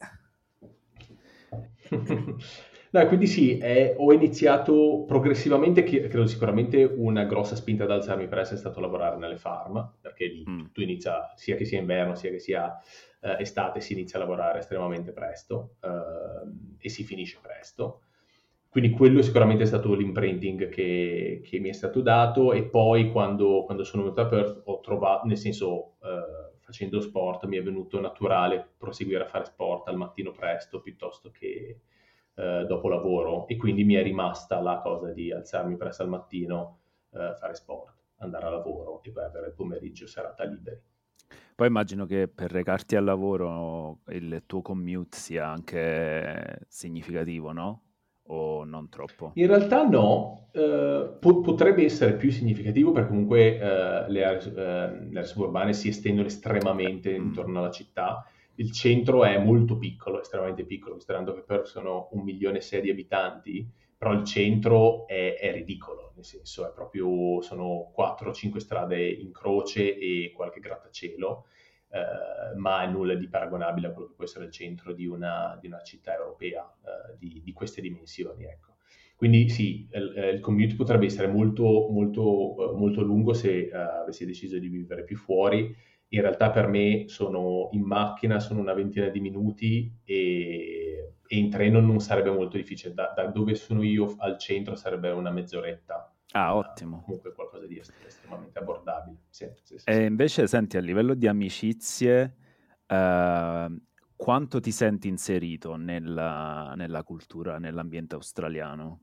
Speaker 3: No, quindi sì, è, ho iniziato progressivamente, che, credo sicuramente una grossa spinta ad alzarmi presto è stato lavorare nelle farm, perché lì
Speaker 1: Mm.
Speaker 3: tutto inizia, sia che sia inverno, sia che sia eh, estate, si inizia a lavorare estremamente presto eh, e si finisce presto. Quindi quello sicuramente è stato l'imprinting che, che mi è stato dato, e poi quando, quando sono venuto a Perth ho trovato, nel senso eh, facendo sport mi è venuto naturale proseguire a fare sport al mattino presto piuttosto che eh, dopo lavoro, e quindi mi è rimasta la cosa di alzarmi presto al mattino, eh, fare sport, andare a lavoro e poi avere il pomeriggio serata liberi.
Speaker 1: Poi immagino che per recarti al lavoro il tuo commute sia anche significativo, no? O non troppo?
Speaker 3: In realtà no, eh, po- potrebbe essere più significativo perché comunque eh, le, aree, eh, le aree suburbane si estendono estremamente
Speaker 1: Mm.
Speaker 3: intorno alla città. Il centro è molto piccolo, estremamente piccolo, considerando che per sono un milione e sei di abitanti, però il centro è, è ridicolo, nel senso è proprio, sono quattro o cinque strade in croce e qualche grattacielo. Uh, ma è nulla di paragonabile a quello che può essere il centro di una, di una città europea uh, di, di queste dimensioni, ecco. Quindi sì, il, il commute potrebbe essere molto, molto, uh, molto lungo se uh, avessi deciso di vivere più fuori. In realtà per me sono in macchina, sono una ventina di minuti, e, e in treno non sarebbe molto difficile. Da, da dove sono io al centro sarebbe una mezz'oretta.
Speaker 1: Ah,
Speaker 3: Uh,
Speaker 1: ottimo.
Speaker 3: comunque qualcosa di est- estremamente abbordabile. Sì, sì, sì,
Speaker 1: E
Speaker 3: sì.
Speaker 1: invece, senti, a livello di amicizie, eh, quanto ti senti inserito nella, nella cultura, nell'ambiente australiano?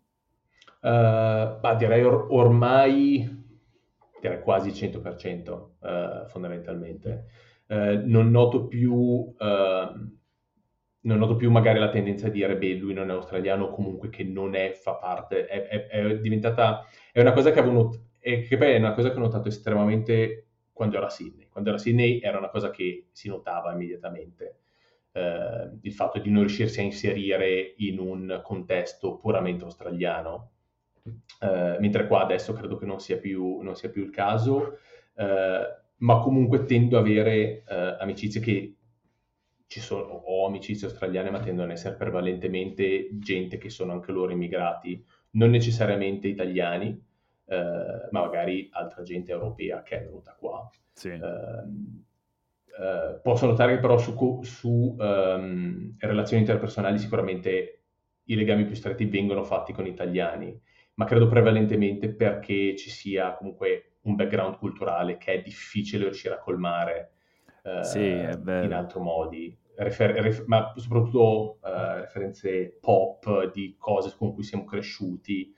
Speaker 3: Uh, bah, direi or- ormai direi quasi cento per cento uh, fondamentalmente. Uh, non noto più uh, non noto più magari la tendenza a dire beh, lui non è australiano, o comunque che non è, fa parte, è, è, è diventata, è una cosa che avevo not- è, che poi è una cosa che ho notato estremamente quando ero a Sydney. Quando ero a Sydney era una cosa che si notava immediatamente. Uh, il fatto di non riuscirsi a inserire in un contesto puramente australiano. Uh, mentre qua adesso credo che non sia più, non sia più il caso, uh, ma comunque tendo ad avere uh, amicizie che ci sono, ho amicizie australiane, ma tendono ad essere prevalentemente gente che sono anche loro immigrati, non necessariamente italiani, uh, ma magari altra gente europea che è venuta qua.
Speaker 1: Sì.
Speaker 3: Uh, uh, posso notare che però su, su um, relazioni interpersonali sicuramente i legami più stretti vengono fatti con italiani, ma credo prevalentemente perché ci sia comunque un background culturale che è difficile riuscire a colmare uh,
Speaker 1: Sì, è vero.
Speaker 3: in altri modi, Refer- ref- ma soprattutto uh, referenze pop di cose con cui siamo cresciuti,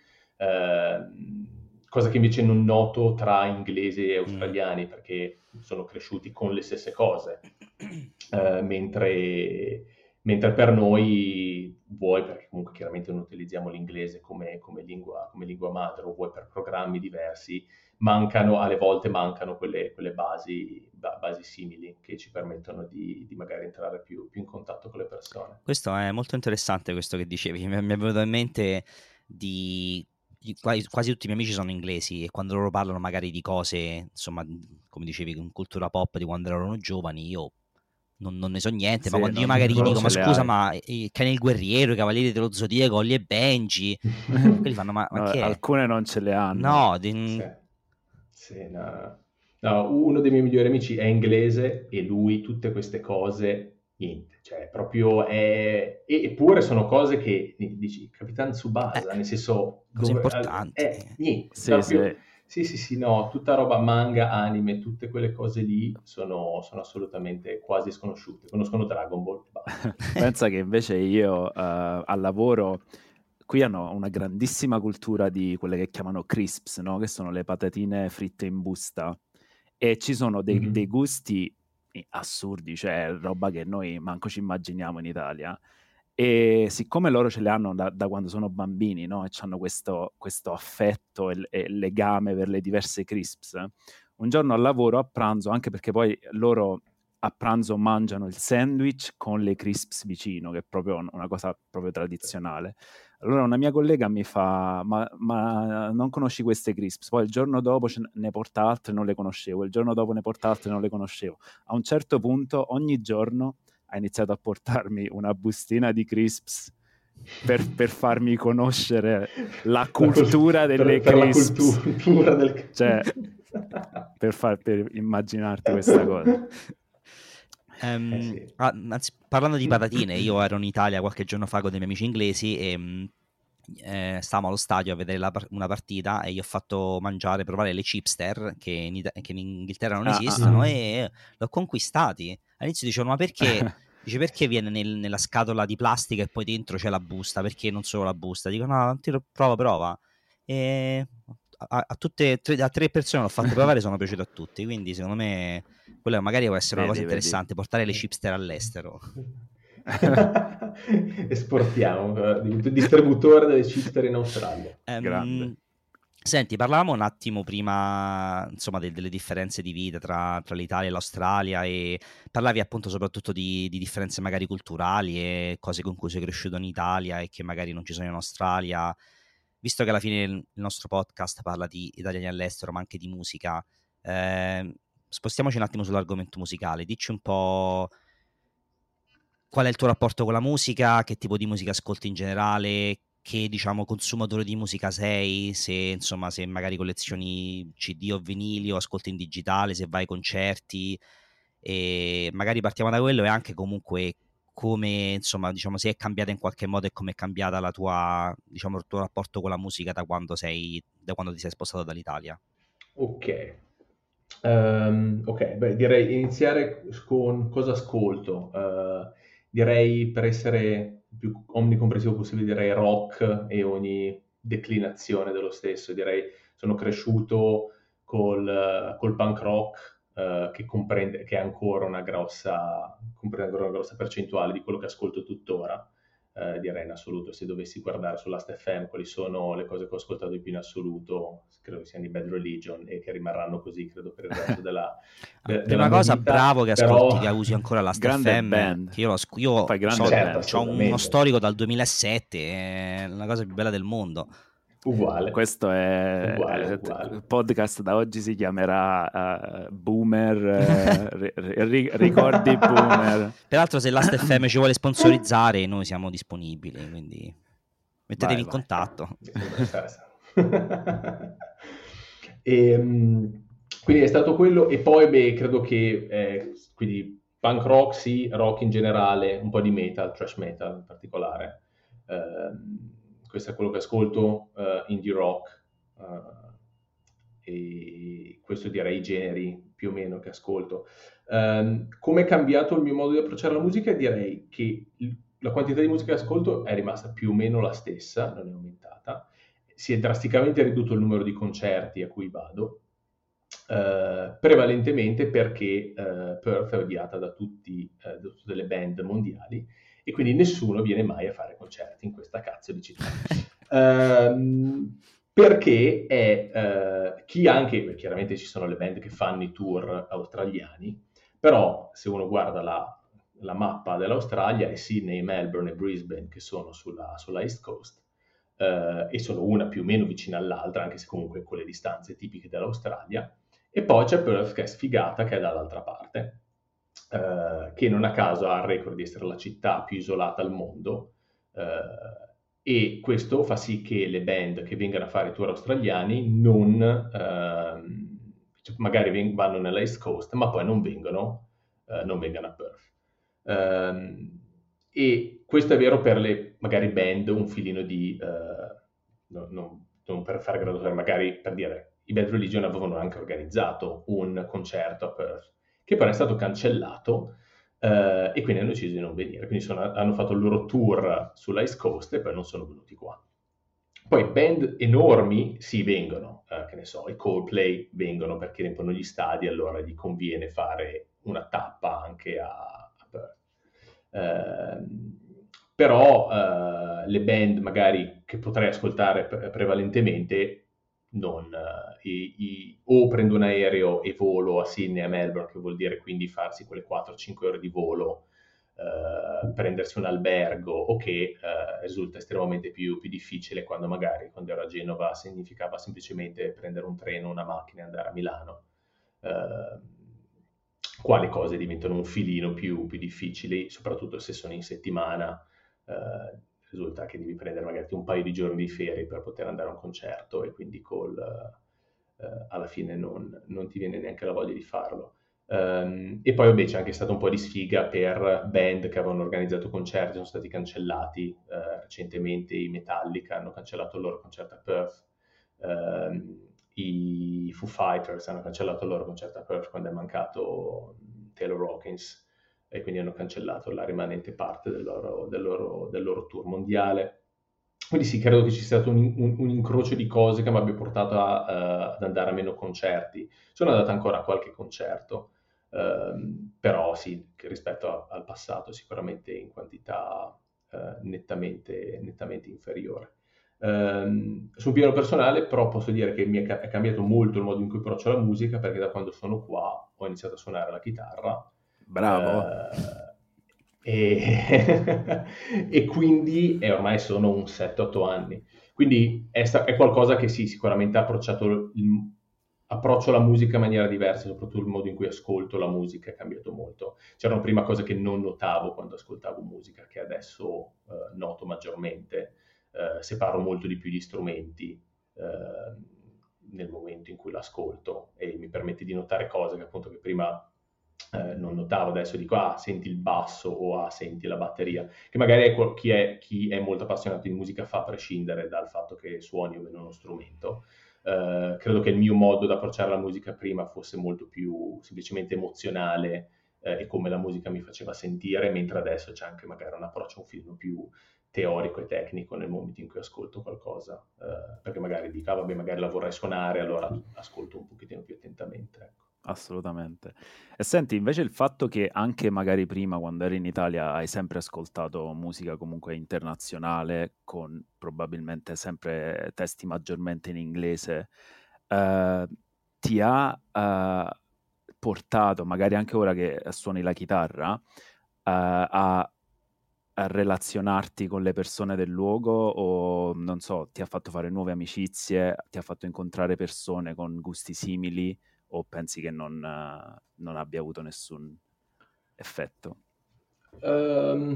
Speaker 3: uh, cosa che invece non noto tra inglesi e australiani, mm. perché sono cresciuti con le stesse cose, uh, mentre... Mentre per noi, vuoi perché comunque chiaramente non utilizziamo l'inglese come, come, lingua, come lingua madre, o vuoi per programmi diversi, mancano, alle volte mancano quelle, quelle basi, basi simili che ci permettono di, di magari entrare più, più in contatto con le persone.
Speaker 2: Questo è molto interessante, questo che dicevi. Mi è venuto in mente di... Quasi, quasi tutti i miei amici sono inglesi, e quando loro parlano magari di cose, insomma, come dicevi, in cultura pop di quando erano giovani, io Non, non ne so niente, sì, ma quando io magari gli dico ma scusa, hai. ma il cane il guerriero, i cavalieri dello zodiaco, Holly e Benji, quelli fanno ma, ma
Speaker 1: no,
Speaker 2: che è?
Speaker 1: Alcune non ce le hanno.
Speaker 2: No, di...
Speaker 3: sì. Sì, no. No, uno dei miei migliori amici è inglese e lui tutte queste cose, niente, cioè proprio è... eppure sono cose che dici, Capitan Tsubasa, eh, nel senso...
Speaker 2: Cose
Speaker 3: dove,
Speaker 2: importanti.
Speaker 3: Eh, niente,
Speaker 1: sì,
Speaker 3: proprio...
Speaker 1: Sì.
Speaker 3: Sì, sì, sì, no, tutta roba manga, anime, tutte quelle cose lì sono, sono assolutamente quasi sconosciute. Conoscono Dragon Ball.
Speaker 1: Pensa che invece io uh, al lavoro, qui hanno una grandissima cultura di quelle che chiamano crisps, no? Che sono le patatine fritte in busta, e ci sono dei, mm-hmm. dei gusti assurdi, cioè roba che noi manco ci immaginiamo in Italia. E siccome loro ce le hanno da, da quando sono bambini, no? E hanno questo, questo affetto e, e legame per le diverse crisps, un giorno al lavoro a pranzo, anche perché poi loro a pranzo mangiano il sandwich con le crisps vicino, che è proprio una cosa proprio tradizionale. Allora una mia collega mi fa, ma, ma non conosci queste crisps? Poi il giorno dopo ne porta altre, non le conoscevo, il giorno dopo ne porta altre, non le conoscevo. A un certo punto, ogni giorno, ha iniziato a portarmi una bustina di crisps per, per farmi conoscere la cultura
Speaker 3: la,
Speaker 1: delle
Speaker 3: per,
Speaker 1: crisps.
Speaker 3: Per la cultura del...
Speaker 1: Cioè, per, far, per immaginarti questa cosa.
Speaker 2: Um,
Speaker 3: eh sì.
Speaker 2: ah, anzi, parlando di patatine, io ero in Italia qualche giorno fa con dei miei amici inglesi e eh, stavamo allo stadio a vedere la, una partita e gli ho fatto mangiare, provare le chipster che in, Ita- che in Inghilterra non
Speaker 1: Ah,
Speaker 2: esistono
Speaker 1: ah,
Speaker 2: e l'ho conquistati. All'inizio dicevano, ma perché? Dice, perché viene nel- nella scatola di plastica e poi dentro c'è la busta? Perché non solo la busta? Dico, no, ti lo- prova, prova. E a, a tutte tre, a tre persone l'ho fatto provare, sono piaciuti a tutti, quindi secondo me quello magari può essere una
Speaker 1: vedi,
Speaker 2: cosa
Speaker 1: vedi.
Speaker 2: interessante, portare le chipster all'estero.
Speaker 3: Esportiamo, divento distributore delle chipster in Australia.
Speaker 1: Grande.
Speaker 2: Um, senti, parlavamo un attimo prima, insomma, de- delle differenze di vita tra, tra l'Italia e l'Australia e parlavi appunto soprattutto di, di differenze magari culturali e cose con cui sei cresciuto in Italia e che magari non ci sono in Australia. Visto che alla fine il il nostro podcast parla di italiani all'estero, ma anche di musica, eh, spostiamoci un attimo sull'argomento musicale. Dici un po' qual è il tuo rapporto con la musica, che tipo di musica ascolti in generale, che diciamo consumatore di musica sei, se insomma se magari collezioni C D o vinili o ascolti in digitale, se vai ai concerti, e magari partiamo da quello e anche comunque come insomma diciamo se è cambiata in qualche modo e come è cambiata la tua diciamo il tuo rapporto con la musica da quando sei da quando ti sei spostato dall'Italia.
Speaker 3: Ok. Um, ok, beh, direi iniziare con cosa ascolto. Uh, direi per essere più omnicomprensivo possibile, direi rock e ogni declinazione dello stesso. Direi sono cresciuto col, uh, col punk rock, uh, che comprende, che è ancora una grossa, comprende ancora una grossa percentuale di quello che ascolto tuttora. Uh, direi in assoluto, se dovessi guardare sull'Ast F M quali sono le cose che ho ascoltato di più in assoluto, credo che siano i Bad Religion e che rimarranno così, credo, per il resto della, de-
Speaker 2: Ah,
Speaker 3: della
Speaker 2: prima
Speaker 3: mia
Speaker 2: cosa,
Speaker 3: vita.
Speaker 2: bravo che ascolti,
Speaker 3: Però...
Speaker 2: che usi ancora la
Speaker 1: Grande
Speaker 2: F M,
Speaker 1: band.
Speaker 2: che io, lo, asc- io
Speaker 1: Poi grande
Speaker 2: so,
Speaker 3: certo,
Speaker 1: band.
Speaker 2: ho uno
Speaker 3: assolutamente.
Speaker 2: storico dal duemilasette, è la cosa più bella del mondo.
Speaker 3: Uguale.
Speaker 1: Questo è
Speaker 3: Uguale,
Speaker 1: eh,
Speaker 3: uguale.
Speaker 1: il podcast da oggi si chiamerà uh, Boomer, eh, ri- ricordi Boomer.
Speaker 2: Peraltro se l'Ast F M ci vuole sponsorizzare, noi siamo disponibili, quindi mettetevi
Speaker 1: Vai,
Speaker 2: in
Speaker 1: vai.
Speaker 2: contatto.
Speaker 3: Mi sembra essere. E, um, quindi è stato quello, e poi beh, credo che eh, quindi punk rock sì, rock in generale, un po' di metal, thrash metal in particolare. Um, questo è quello che ascolto, uh, indie rock, uh, e questo direi i generi più o meno che ascolto. Um, come è cambiato il mio modo di approcciare la musica? Direi che il, la quantità di musica che ascolto è rimasta più o meno la stessa, non è aumentata. Si è drasticamente ridotto il numero di concerti a cui vado, eh, prevalentemente perché eh, Perth è odiata da, tutti, eh, da tutte le band mondiali e quindi nessuno viene mai a fare concerti in questa cazzo di città. um, perché è eh, chi anche, beh, chiaramente ci sono le band che fanno i tour australiani, però se uno guarda la, la mappa dell'Australia è Sydney, Melbourne e Brisbane che sono sulla, sulla East Coast, Uh, e sono una più o meno vicina all'altra, anche se comunque con le distanze tipiche dell'Australia. E poi c'è Perth che è sfigata, che è dall'altra parte, uh, che non a caso ha il record di essere la città più isolata al mondo, uh, e questo fa sì che le band che vengano a fare i tour australiani non, uh, magari veng- vanno nella East Coast, ma poi non vengono, uh, non vengano a Perth. Um, e questo è vero per le magari band un filino di uh, no, no, non per fare graduatoria, magari per dire i Bad Religion avevano anche organizzato un concerto a Perth che però è stato cancellato, uh, e quindi hanno deciso di non venire, quindi sono, hanno fatto il loro tour sulla East Coast e poi non sono venuti qua. Poi band enormi sì vengono, uh, che ne so, i Coldplay vengono perché riempiono gli stadi, allora gli conviene fare una tappa anche a Uh, però uh, le band magari che potrei ascoltare pre- prevalentemente non, uh, i, i, o prendo un aereo e volo a Sydney, a Melbourne, che vuol dire quindi farsi quelle quattro cinque ore di volo, uh, prendersi un albergo, o che uh, risulta estremamente più, più difficile quando magari quando ero a Genova significava semplicemente prendere un treno, una macchina e andare a Milano. Uh, quali cose diventano un filino più, più difficili, soprattutto se sono in settimana. Uh, risulta che devi prendere magari un paio di giorni di ferie per poter andare a un concerto e quindi col, uh, uh, alla fine non, non ti viene neanche la voglia di farlo. Um, e poi vabbè c'è anche stata un po' di sfiga per band che avevano organizzato concerti, sono stati cancellati. Uh, recentemente i Metallica hanno cancellato il loro concerto a Perth, um, i Foo Fighters hanno cancellato il loro concerto a Perth quando è mancato Taylor Hawkins, e quindi hanno cancellato la rimanente parte del loro, del loro, del loro tour mondiale. Quindi sì, credo che ci sia stato un, un, un incrocio di cose che mi abbia portato a, uh, ad andare a meno concerti. Sono andato ancora a qualche concerto, uh, però sì, che rispetto a, al passato sicuramente in quantità uh, nettamente, nettamente inferiore. Um, sul piano personale però posso dire che mi è, ca- è cambiato molto il modo in cui approccio la musica, perché da quando sono qua ho iniziato a suonare la chitarra.
Speaker 1: Bravo.
Speaker 3: Uh, e, e quindi e ormai sono un sette otto anni, quindi è, sta- è qualcosa che sì, sicuramente ha approcciato il, approccio la musica in maniera diversa, soprattutto il modo in cui ascolto la musica è cambiato molto. C'erano prima cose che non notavo quando ascoltavo musica, che adesso eh, noto maggiormente. Eh, separo molto di più gli strumenti eh, nel momento in cui l'ascolto, e mi permette di notare cose che appunto che prima eh, non notavo. Adesso dico ah, senti il basso, o ah, senti la batteria, che magari è qual- chi, è, chi è molto appassionato di musica fa, a prescindere dal fatto che suoni o meno uno strumento. Uh, credo che il mio modo di approcciare la musica prima fosse molto più semplicemente emozionale, eh, e come la musica mi faceva sentire, mentre adesso c'è anche magari un approccio un film più teorico e tecnico nel momento in cui ascolto qualcosa, uh, perché magari dico, ah, vabbè, magari la vorrei suonare, allora ascolto un pochettino più attentamente, ecco.
Speaker 1: Assolutamente. E senti, invece il fatto che anche magari prima, quando eri in Italia, hai sempre ascoltato musica comunque internazionale, con probabilmente sempre testi maggiormente in inglese, eh, ti ha eh, portato, magari anche ora che suoni la chitarra, eh, a, a relazionarti con le persone del luogo, o non so, ti ha fatto fare nuove amicizie, ti ha fatto incontrare persone con gusti simili, o pensi che non, eh, non abbia avuto nessun effetto?
Speaker 3: Um,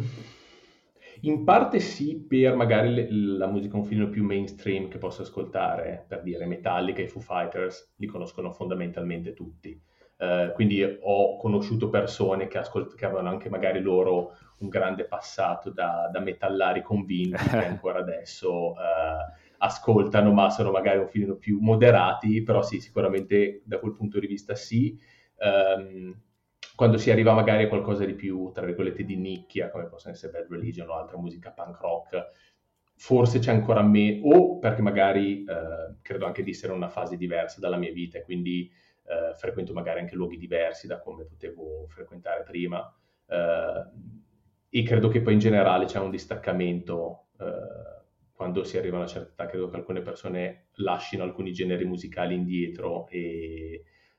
Speaker 3: in parte sì, per magari le- la musica un filino più mainstream che posso ascoltare, per dire Metallica e Foo Fighters, li conoscono fondamentalmente tutti. Eh, quindi ho conosciuto persone che, ascolt- che avevano anche magari loro un grande passato da, da metallari convinti, che ancora adesso eh, ascoltano, ma sono magari un filino più moderati, però sì, sicuramente da quel punto di vista sì. Um, quando si arriva magari a qualcosa di più, tra virgolette, di nicchia, come possono essere Bad Religion o altra musica punk rock, forse c'è ancora me, o perché magari eh, credo anche di essere una fase diversa dalla mia vita, e quindi eh, frequento magari anche luoghi diversi da come potevo frequentare prima, eh, e credo che poi in generale c'è un distaccamento eh, quando si arriva a una certa età. Credo che alcune persone lasciano alcuni generi musicali indietro e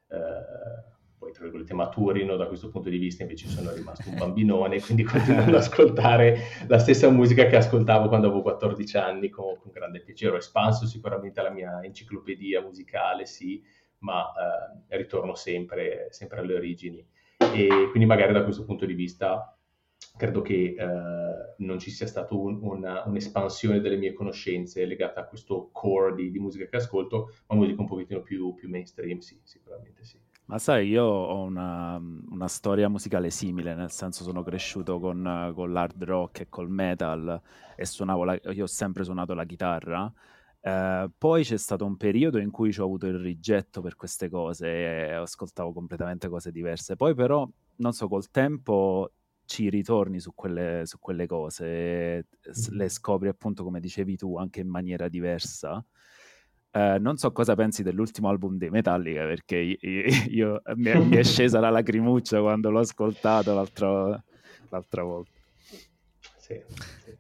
Speaker 3: eh, poi tra virgolette maturino da questo punto di vista. Invece sono rimasto un bambinone, quindi continuo ad ascoltare la stessa musica che ascoltavo quando avevo quattordici anni con, con grande piacere. Ho espanso sicuramente la mia enciclopedia musicale, sì, ma eh, ritorno sempre, sempre alle origini, e quindi magari da questo punto di vista credo che eh, non ci sia stata un, una, un'espansione delle mie conoscenze legata a questo core di, di musica che ascolto, ma musica un pochettino più, più mainstream, sì, sicuramente sì.
Speaker 1: Ma sai, io ho una, una storia musicale simile, nel senso sono cresciuto con, con l'hard rock e col metal, e suonavo la, io ho sempre suonato la chitarra. Eh, poi c'è stato un periodo in cui ho avuto il rigetto per queste cose e ascoltavo completamente cose diverse. Poi però, non so, col tempo ci ritorni su quelle, su quelle cose, e s- le scopri appunto, come dicevi tu, anche in maniera diversa. Eh, non so cosa pensi dell'ultimo album dei Metallica, perché io, io- mi, è, mi è scesa la lacrimuccia quando l'ho ascoltato l'altro- l'altra volta.
Speaker 3: Sì, sì.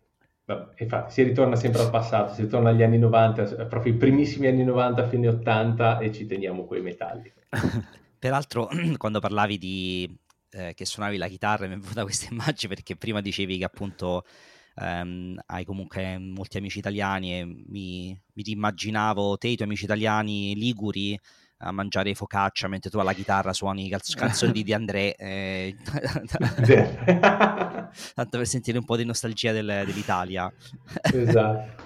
Speaker 3: Vabbè, infatti si ritorna sempre al passato, si ritorna agli anni novanta, proprio i primissimi anni novanta, fine ottanta, e ci teniamo quei metalli.
Speaker 2: Peraltro, quando parlavi di eh, che suonavi la chitarra, mi è venuta questa immagine perché prima dicevi che appunto ehm, hai comunque molti amici italiani e mi, mi immaginavo te e i tuoi amici italiani liguri a mangiare focaccia mentre tu alla chitarra suoni cal- canzoni di De André, eh, tanto per sentire un po' di nostalgia del- dell'Italia.
Speaker 3: Esatto.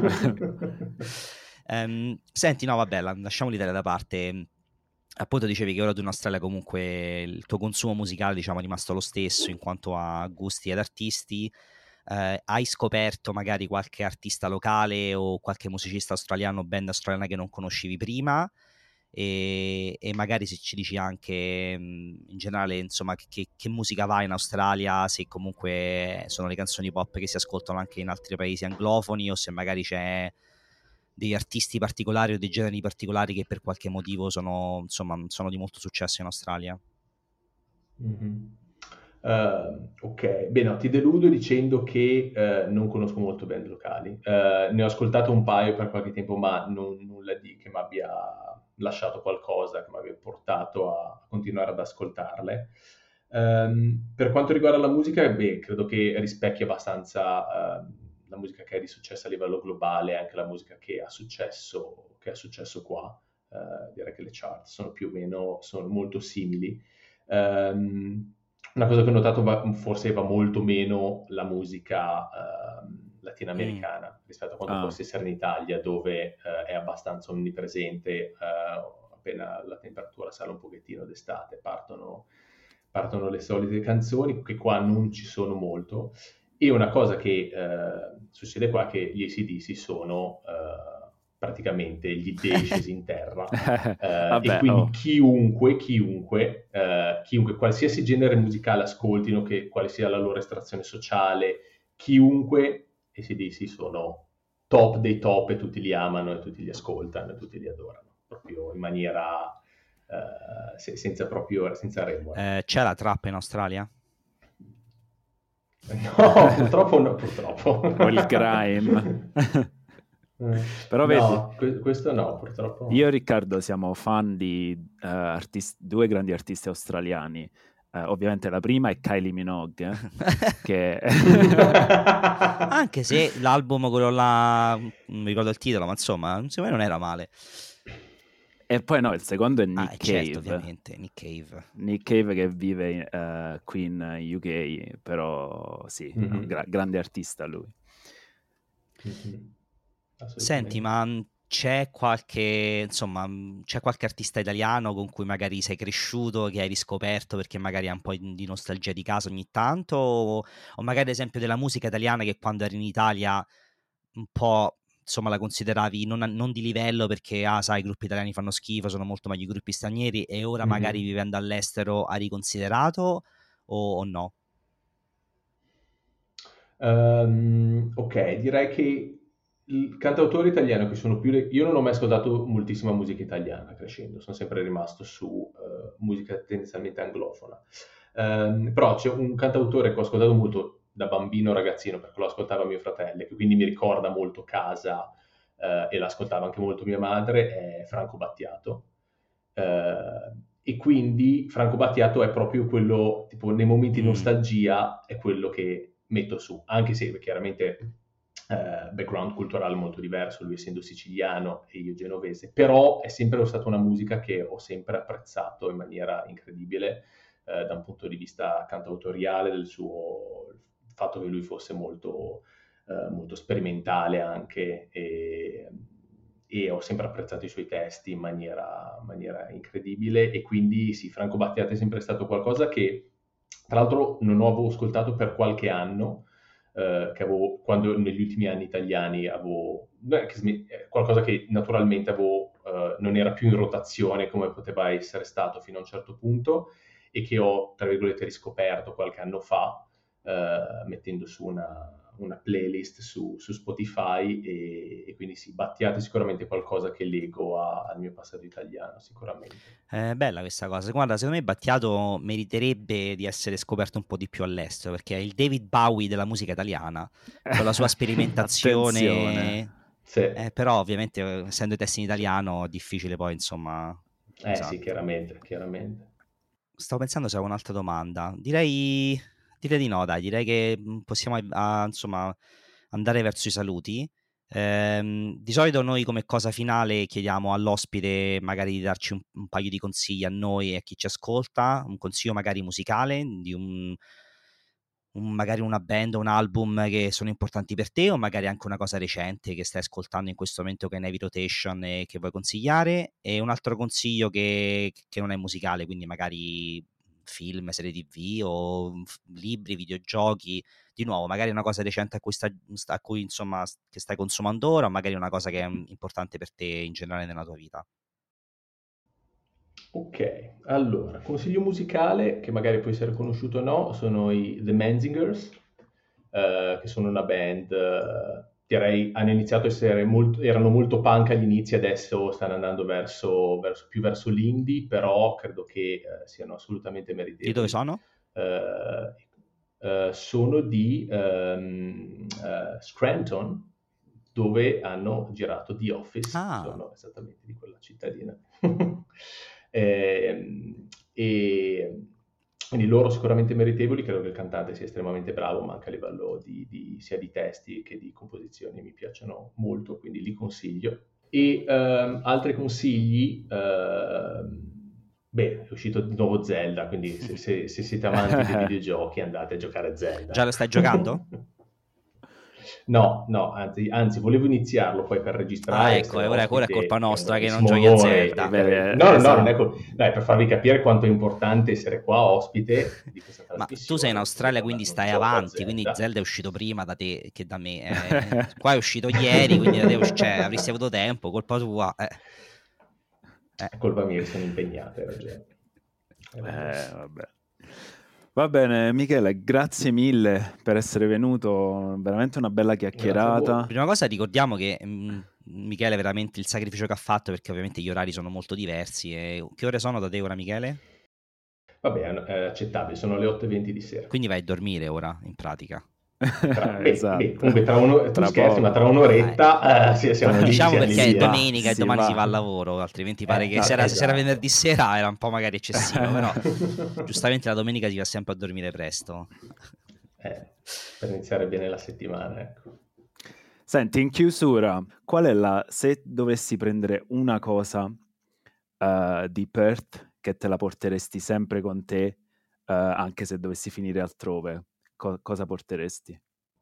Speaker 2: Ehm, senti, no, vabbè, la- lasciamo l'Italia da parte. Appunto dicevi che ora tu in Australia comunque il tuo consumo musicale, diciamo, è rimasto lo stesso in quanto a gusti ed artisti. Eh, hai scoperto magari qualche artista locale o qualche musicista australiano, band australiana che non conoscevi prima? E, e magari se ci dici anche mh, in generale, insomma, che, che musica va in Australia, se comunque sono le canzoni pop che si ascoltano anche in altri paesi anglofoni, o se magari c'è degli artisti particolari o dei generi particolari che per qualche motivo sono, insomma, sono di molto successo in Australia.
Speaker 3: Mm-hmm. Uh, ok, beh no, ti deludo dicendo che uh, non conosco molto band locali. Uh, ne ho ascoltato un paio per qualche tempo, ma non, nulla di che mi abbia lasciato qualcosa, che mi abbia portato a continuare ad ascoltarle. Um, per quanto riguarda la musica, beh, credo che rispecchi abbastanza uh, la musica che è di successo a livello globale, anche la musica che ha successo, che ha successo qua. Uh, direi che le chart sono più o meno, sono molto simili. Um, una cosa che ho notato, va, forse va molto meno la musica uh, latinoamericana mm. rispetto a quando ah. può essere in Italia, dove uh, è abbastanza onnipresente, uh, appena la temperatura sale un pochettino d'estate, partono, partono le solite canzoni, che qua non ci sono molto. E una cosa che uh, succede qua è che gli A C D C sono... Uh, praticamente gli dei scesi in terra eh, Vabbè, e quindi oh. chiunque, chiunque, eh, chiunque, qualsiasi genere musicale ascoltino, che quale sia la loro estrazione sociale, chiunque, e si dice sono top dei top e tutti li amano e tutti li ascoltano e tutti li adorano, proprio in maniera eh, se, senza proprio, senza remore.
Speaker 2: Eh, c'è la trap in Australia?
Speaker 3: No, purtroppo no, purtroppo.
Speaker 1: O il grime. Però
Speaker 3: no,
Speaker 1: vedi,
Speaker 3: questo no, purtroppo.
Speaker 1: Io e Riccardo siamo fan di uh, artisti, due grandi artisti australiani. Uh, ovviamente la prima è Kylie Minogue, eh, che
Speaker 2: anche se l'album quello là, non mi ricordo il titolo, ma insomma, secondo me non era male.
Speaker 1: E poi no, il secondo è Nick
Speaker 2: ah,
Speaker 1: Cave.
Speaker 2: Certo, ovviamente, Nick Cave.
Speaker 1: Nick Cave che vive uh, qui in U K, però sì, mm-hmm. no, gra- grande artista lui.
Speaker 3: Mm-hmm.
Speaker 2: Senti, ma c'è qualche, insomma, c'è qualche artista italiano con cui magari sei cresciuto, che hai riscoperto perché magari ha un po' di nostalgia di casa ogni tanto, o, o magari ad esempio della musica italiana che quando eri in Italia un po', insomma, la consideravi non, non di livello perché, ah, sai, i gruppi italiani fanno schifo, sono molto meglio i gruppi stranieri, e ora mm-hmm. magari vivendo all'estero hai riconsiderato o, o no?
Speaker 3: Um, ok, direi che il cantautore italiano che sono più... Le... Io non ho mai ascoltato moltissima musica italiana crescendo, sono sempre rimasto su uh, musica tendenzialmente anglofona. Um, però c'è un cantautore che ho ascoltato molto da bambino ragazzino, perché lo ascoltava mio fratello, che quindi mi ricorda molto casa uh, e l'ascoltava anche molto mia madre, è Franco Battiato. Uh, e quindi Franco Battiato è proprio quello, tipo nei momenti di nostalgia, è quello che metto su, anche se chiaramente eh, background culturale molto diverso, lui essendo siciliano e io genovese, però è sempre stata una musica che ho sempre apprezzato in maniera incredibile eh, da un punto di vista cantautoriale, del suo il fatto che lui fosse molto, eh, molto sperimentale anche, e, e ho sempre apprezzato i suoi testi in maniera, in maniera incredibile, e quindi sì, Franco Battiato è sempre stato qualcosa che tra l'altro non ho avevo ascoltato per qualche anno, eh, che avevo, quando negli ultimi anni italiani avevo, beh, che, qualcosa che naturalmente avevo, eh, non era più in rotazione come poteva essere stato fino a un certo punto, e che ho, tra virgolette, riscoperto qualche anno fa, eh, mettendo su una, una playlist su, su Spotify e, e quindi sì, Battiato è sicuramente qualcosa che lego a, al mio passato italiano, sicuramente.
Speaker 2: È bella questa cosa. Guarda, secondo me Battiato meriterebbe di essere scoperto un po' di più all'estero, perché è il David Bowie della musica italiana, con la sua sperimentazione.
Speaker 3: Sì.
Speaker 2: Eh, però ovviamente, essendo i testi in italiano, è difficile poi, insomma...
Speaker 3: Eh
Speaker 2: esatto.
Speaker 3: sì, chiaramente, chiaramente.
Speaker 2: Stavo pensando se avevo un'altra domanda. Direi, direi di no, dai, direi che possiamo ah, insomma andare verso i saluti. Ehm, di solito noi come cosa finale chiediamo all'ospite magari di darci un, un paio di consigli a noi e a chi ci ascolta, un consiglio magari musicale di un, un, magari una band o un album che sono importanti per te, o magari anche una cosa recente che stai ascoltando in questo momento che è in heavy rotation e che vuoi consigliare, e un altro consiglio che, che non è musicale, quindi magari film, serie tv o f- libri, videogiochi, di nuovo magari una cosa recente a cui, sta, a cui insomma che stai consumando ora, o magari una cosa che è importante per te in generale nella tua vita.
Speaker 3: Ok, allora, consiglio musicale che magari può essere conosciuto o no, sono i The Menzingers, eh, che sono una band, eh, direi, hanno iniziato a essere molto, erano molto punk agli inizi, adesso stanno andando verso, verso più verso l'indie, però credo che eh, siano assolutamente meritevoli.
Speaker 2: Di dove sono?
Speaker 3: Eh, eh, sono di ehm, eh, Scranton, dove hanno girato The Office,
Speaker 2: Ah.
Speaker 3: sono esattamente di quella cittadina. e, e quindi loro sicuramente meritevoli, credo che il cantante sia estremamente bravo, ma anche a livello di, di, sia di testi che di composizioni mi piacciono molto, quindi li consiglio. E ehm, altri consigli, ehm, beh, è uscito di nuovo Zelda, quindi se, se, se siete amanti dei videogiochi andate a giocare a Zelda.
Speaker 2: Già lo stai giocando?
Speaker 3: No, no, anzi, anzi, volevo iniziarlo poi per registrare.
Speaker 2: Ah, ecco, e ora, ora è colpa nostra che non giochi a Zelda.
Speaker 3: Beh, no, esatto. no, non è colpa. Dai, per farvi capire quanto è importante essere qua ospite di questa trasmissione.
Speaker 2: Ma tu sei in Australia, quindi stai avanti, Zelda. Quindi Zelda è uscito prima da te che da me. Eh, qua è uscito ieri, quindi da te, cioè, avresti avuto tempo, colpa tua. Eh.
Speaker 3: Eh. È colpa mia che sono impegnato, hai ragione.
Speaker 1: Eh, vabbè. Va bene, Michele, grazie mille per essere venuto, veramente una bella chiacchierata.
Speaker 2: Prima cosa ricordiamo che mh, Michele veramente il sacrificio che ha fatto, perché ovviamente gli orari sono molto diversi. E che ore sono da te ora, Michele?
Speaker 3: Vabbè, è accettabile, sono le otto e venti di sera.
Speaker 2: Quindi vai a dormire ora, in pratica.
Speaker 3: Tra, beh, esatto. beh, comunque tra, uno, tra scherzi, ma tra un'oretta eh, sì, siamo lì,
Speaker 2: diciamo
Speaker 3: siamo
Speaker 2: perché
Speaker 3: lì,
Speaker 2: è domenica
Speaker 3: va,
Speaker 2: e domani
Speaker 3: si,
Speaker 2: si va al lavoro, altrimenti pare
Speaker 3: eh,
Speaker 2: che
Speaker 3: no,
Speaker 2: se, era,
Speaker 3: esatto.
Speaker 2: se era venerdì sera era un po' magari eccessivo, però giustamente la domenica si va sempre a dormire presto.
Speaker 3: Eh, per iniziare bene la settimana, ecco.
Speaker 1: Senti, in chiusura, qual è la, se dovessi prendere una cosa uh, di Perth che te la porteresti sempre con te, uh, anche se dovessi finire altrove, co- cosa porteresti?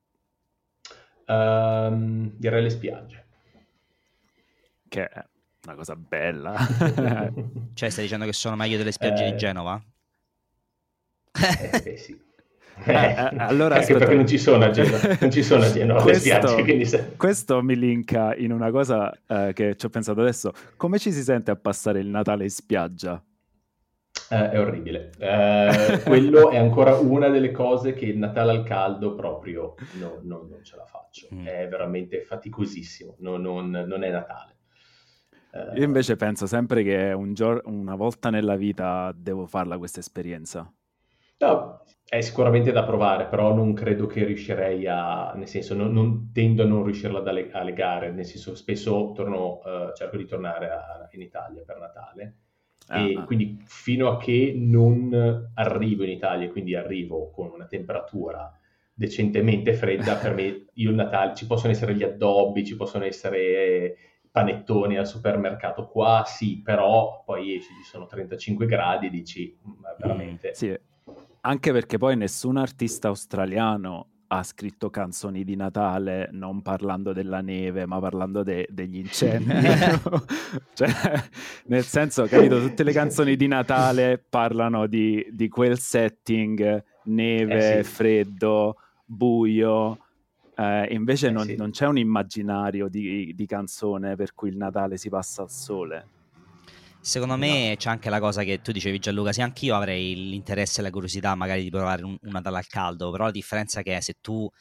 Speaker 3: Um, direi le spiagge.
Speaker 1: Che è una cosa bella.
Speaker 2: Cioè stai dicendo che sono meglio delle spiagge
Speaker 3: eh,
Speaker 2: di Genova?
Speaker 3: Eh, eh sì.
Speaker 1: Eh, eh, allora,
Speaker 3: anche perché non ci sono a Genova, non ci sono a Genova
Speaker 1: questo,
Speaker 3: le spiagge, quindi se...
Speaker 1: questo mi linka in una cosa eh, che ci ho pensato adesso. Come ci si sente a passare il Natale in spiaggia?
Speaker 3: Eh, è orribile. Eh, quello è ancora una delle cose che il Natale al caldo proprio no, no, non ce la faccio. Mm. È veramente faticosissimo, no, non, non è Natale.
Speaker 1: Eh, Io invece penso sempre che un gior- una volta nella vita devo farla questa esperienza.
Speaker 3: No, è sicuramente da provare, però non credo che riuscirei a, nel senso, non, non tendo a non riuscirla a, leg- a legare, nel senso, spesso torno, uh, cerco di tornare a, in Italia per Natale, ah, e ah. quindi fino a che non arrivo in Italia, quindi arrivo con una temperatura decentemente fredda, per me, io il Natale, ci possono essere gli addobbi, ci possono essere panettoni al supermercato qua, sì, però poi esci, ci sono trentacinque gradi e dici, veramente...
Speaker 1: Mm, sì. Anche perché poi nessun artista australiano ha scritto canzoni di Natale non parlando della neve, ma parlando de- degli incendi. Cioè, nel senso, capito, tutte le canzoni di Natale parlano di, di quel setting, neve, eh sì. freddo, buio. Eh, invece eh non, sì. non c'è un immaginario di, di canzone per cui il Natale si passa al sole.
Speaker 2: Secondo me no. C'è anche la cosa che tu dicevi, Gianluca, sì, anch'io avrei l'interesse e la curiosità magari di provare un, un Natale al caldo, però la differenza che è se tu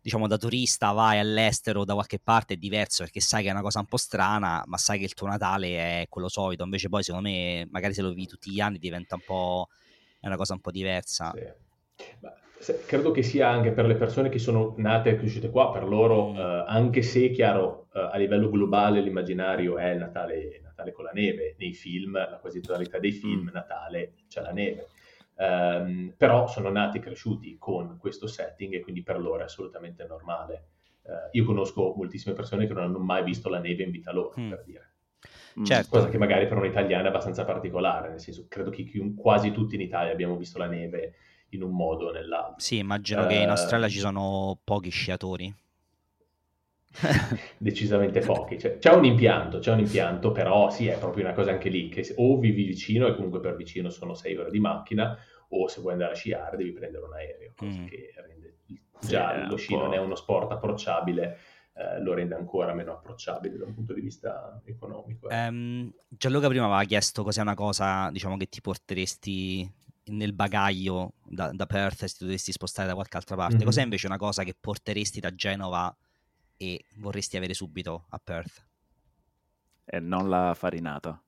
Speaker 2: diciamo da turista vai all'estero da qualche parte è diverso, perché sai che è una cosa un po' strana, ma sai che il tuo Natale è quello solito. Invece poi secondo me magari se lo vivi tutti gli anni diventa un po', è una cosa un po' diversa.
Speaker 3: Sì. Ma se- credo che sia anche per le persone che sono nate e cresciute qua, per loro,
Speaker 2: Mm.
Speaker 3: eh, anche se chiaro, eh, a livello globale l'immaginario è il Natale, Natale con la neve, nei film, la quasi totalità dei film,
Speaker 1: Mm.
Speaker 3: Natale c'è la neve. Ehm, però sono nati e cresciuti con questo setting e quindi per loro è assolutamente normale. Eh, io conosco moltissime persone che non hanno mai visto la neve in vita loro,
Speaker 2: Mm.
Speaker 3: per dire.
Speaker 1: Mm.
Speaker 2: Certo.
Speaker 3: Cosa che magari per un italiano è abbastanza particolare, nel senso, credo che chiun- quasi tutti in Italia abbiamo visto la neve in un modo o nell'altro.
Speaker 2: Sì, immagino che in
Speaker 3: Eh,
Speaker 2: Australia ci sono pochi sciatori.
Speaker 3: Decisamente pochi. Cioè, c'è un impianto, c'è un impianto, però sì, è proprio una cosa anche lì, che se- o vivi vicino e comunque per vicino sono sei ore di macchina, o se vuoi andare a sciare devi prendere un aereo, cosa
Speaker 2: Mm.
Speaker 3: che rende
Speaker 1: Sì,
Speaker 3: già
Speaker 1: è
Speaker 3: lo
Speaker 1: un
Speaker 3: sci
Speaker 1: po'.
Speaker 3: non è uno sport approcciabile, eh, lo rende ancora meno approcciabile da un punto di vista economico. eh.
Speaker 2: Ehm, Gianluca prima aveva chiesto cos'è una cosa, diciamo, che ti porteresti nel bagaglio da, da Perth se ti dovessi spostare da qualche altra parte.
Speaker 3: Mhm.
Speaker 2: Cos'è invece una cosa che porteresti da Genova e vorresti avere subito a Perth?
Speaker 1: E non la farinata.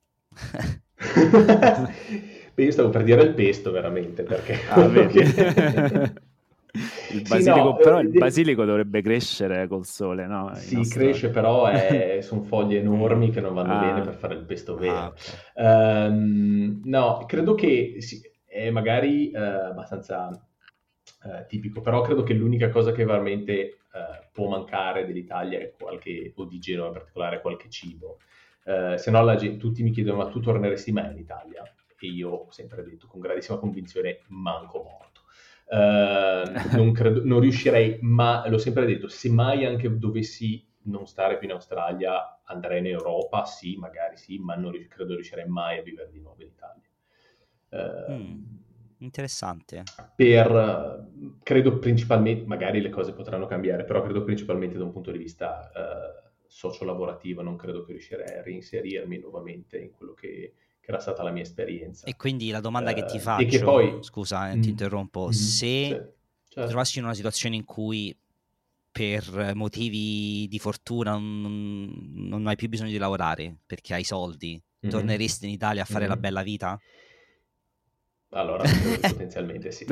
Speaker 3: Beh, io stavo per dire il pesto veramente, perché
Speaker 1: Ah,
Speaker 3: quello
Speaker 1: vedi?
Speaker 3: che-
Speaker 1: Il
Speaker 3: Sì,
Speaker 1: basilico,
Speaker 3: no,
Speaker 1: però
Speaker 3: eh,
Speaker 1: il
Speaker 3: de-
Speaker 1: basilico dovrebbe crescere col sole, no? In
Speaker 3: Sì,
Speaker 1: Australia.
Speaker 3: cresce, però è- sono foglie enormi che non vanno
Speaker 1: Ah.
Speaker 3: bene per fare il pesto
Speaker 2: Ah,
Speaker 3: vero.
Speaker 2: ok.
Speaker 3: Ehm, no, credo che sì, è magari eh, abbastanza eh, tipico, però credo che l'unica cosa che veramente eh, può mancare dell'Italia è qualche, o di Genova in particolare, qualche cibo. Eh, se no la gen- tutti mi chiedono, ma tu torneresti mai in Italia? E io ho sempre detto con grandissima convinzione, manco morto. Uh, non, credo, non riuscirei, ma l'ho sempre detto, se mai anche dovessi non stare più in Australia, andrei in Europa, sì, magari sì, ma non ri- credo riuscirei mai a vivere di nuovo in Italia. Uh,
Speaker 2: Mm, interessante.
Speaker 3: per, credo principalmente, magari le cose potranno cambiare, però credo principalmente da un punto di vista uh, socio-lavorativo, non credo che riuscirei a reinserirmi nuovamente in quello che che era stata la mia esperienza.
Speaker 2: E quindi la domanda
Speaker 3: Eh,
Speaker 2: che ti
Speaker 3: e
Speaker 2: faccio,
Speaker 3: che poi...
Speaker 2: scusa, eh,
Speaker 3: Mm,
Speaker 2: ti interrompo,
Speaker 3: mm,
Speaker 2: se
Speaker 3: sì,
Speaker 2: ti
Speaker 3: certo.
Speaker 2: trovassi in una situazione in cui per motivi di fortuna non, non hai più bisogno di lavorare perché hai soldi,
Speaker 3: Mhm.
Speaker 2: torneresti in Italia a fare la
Speaker 3: Mhm.
Speaker 2: bella vita?
Speaker 3: Allora, credo che potenzialmente sì.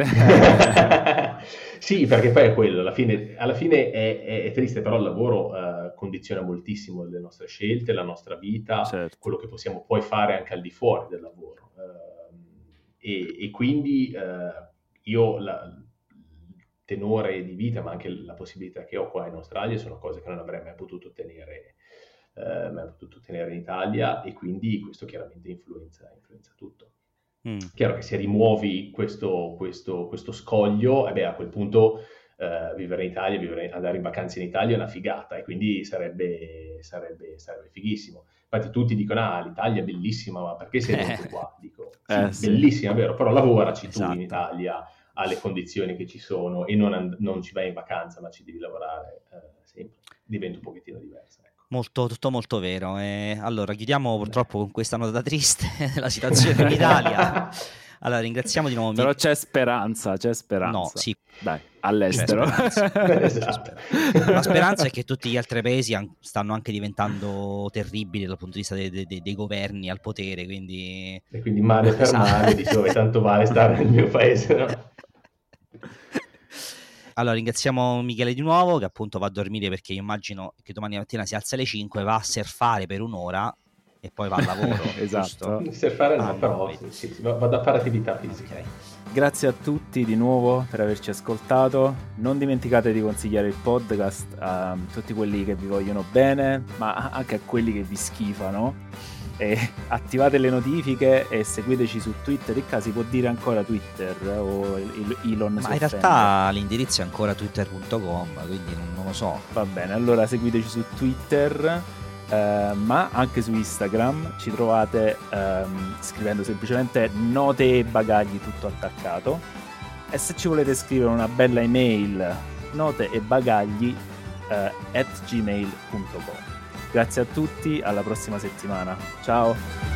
Speaker 3: Sì, perché poi è quello, alla fine, alla fine è, è- è triste, però il lavoro eh, condiziona moltissimo le nostre scelte, la nostra vita,
Speaker 1: Certo.
Speaker 3: quello che possiamo poi fare anche al di fuori del lavoro. Ehm, e, e quindi eh, io la- il tenore di vita, ma anche la possibilità che ho qua in Australia, sono cose che non avrei mai potuto ottenere, eh, mai potuto ottenere in Italia, e quindi questo chiaramente influenza, influenza tutto.
Speaker 2: Mm.
Speaker 3: Chiaro che se rimuovi questo, questo, questo scoglio, eh beh, a quel punto eh, vivere in Italia, vivere, andare in vacanza in Italia è una figata, e quindi sarebbe, sarebbe, sarebbe fighissimo. Infatti tutti dicono, ah, l'Italia è bellissima, ma perché sei venuto qua? Dico, sì,
Speaker 1: Eh, sì.
Speaker 3: bellissima, è vero, però lavoraci tu
Speaker 2: Esatto.
Speaker 3: in Italia, alle condizioni che ci sono, e non, and- non ci vai in vacanza, ma ci devi lavorare eh, sempre. Diventa un pochettino diversa, ecco.
Speaker 2: Molto, tutto molto vero. E allora, chiudiamo purtroppo con questa nota triste della situazione in Italia. Allora, ringraziamo di nuovo.
Speaker 1: Però
Speaker 2: Mi...
Speaker 1: c'è speranza, c'è speranza.
Speaker 2: No, sì.
Speaker 1: Dai,
Speaker 2: C'è
Speaker 1: all'estero.
Speaker 2: speranza.
Speaker 3: Esatto.
Speaker 2: La speranza è che tutti gli altri paesi an- stanno anche diventando terribili dal punto di vista dei, dei- dei governi al potere, quindi...
Speaker 3: E quindi male per
Speaker 2: Esatto.
Speaker 3: male, dicevo, e tanto vale stare nel mio paese, no?
Speaker 2: Allora, ringraziamo Michele di nuovo, che appunto va a dormire perché io immagino che domani mattina si alza alle cinque, va a surfare per un'ora e poi va al lavoro.
Speaker 1: Esatto.
Speaker 2: Giusto?
Speaker 3: Surfare no,
Speaker 2: Ah,
Speaker 3: però
Speaker 2: no,
Speaker 3: sì, sì, sì, vado a fare attività fisica.
Speaker 2: Ok.
Speaker 1: Grazie a tutti di nuovo per averci ascoltato. Non dimenticate di consigliare il podcast a tutti quelli che vi vogliono bene, ma anche a quelli che vi schifano. E attivate le notifiche e seguiteci su Twitter. Ricca, si può dire ancora Twitter o il- Elon?
Speaker 2: Ma
Speaker 1: si
Speaker 2: in
Speaker 1: offende?
Speaker 2: realtà l'indirizzo è ancora twitter punto com, quindi non, non lo so.
Speaker 1: Va bene, allora seguiteci su Twitter, eh, ma anche su Instagram. Ci trovate ehm, scrivendo semplicemente note e bagagli tutto attaccato. E se ci volete scrivere una bella email, note e bagagli eh, at gmail punto com. Grazie a tutti, alla prossima settimana. Ciao!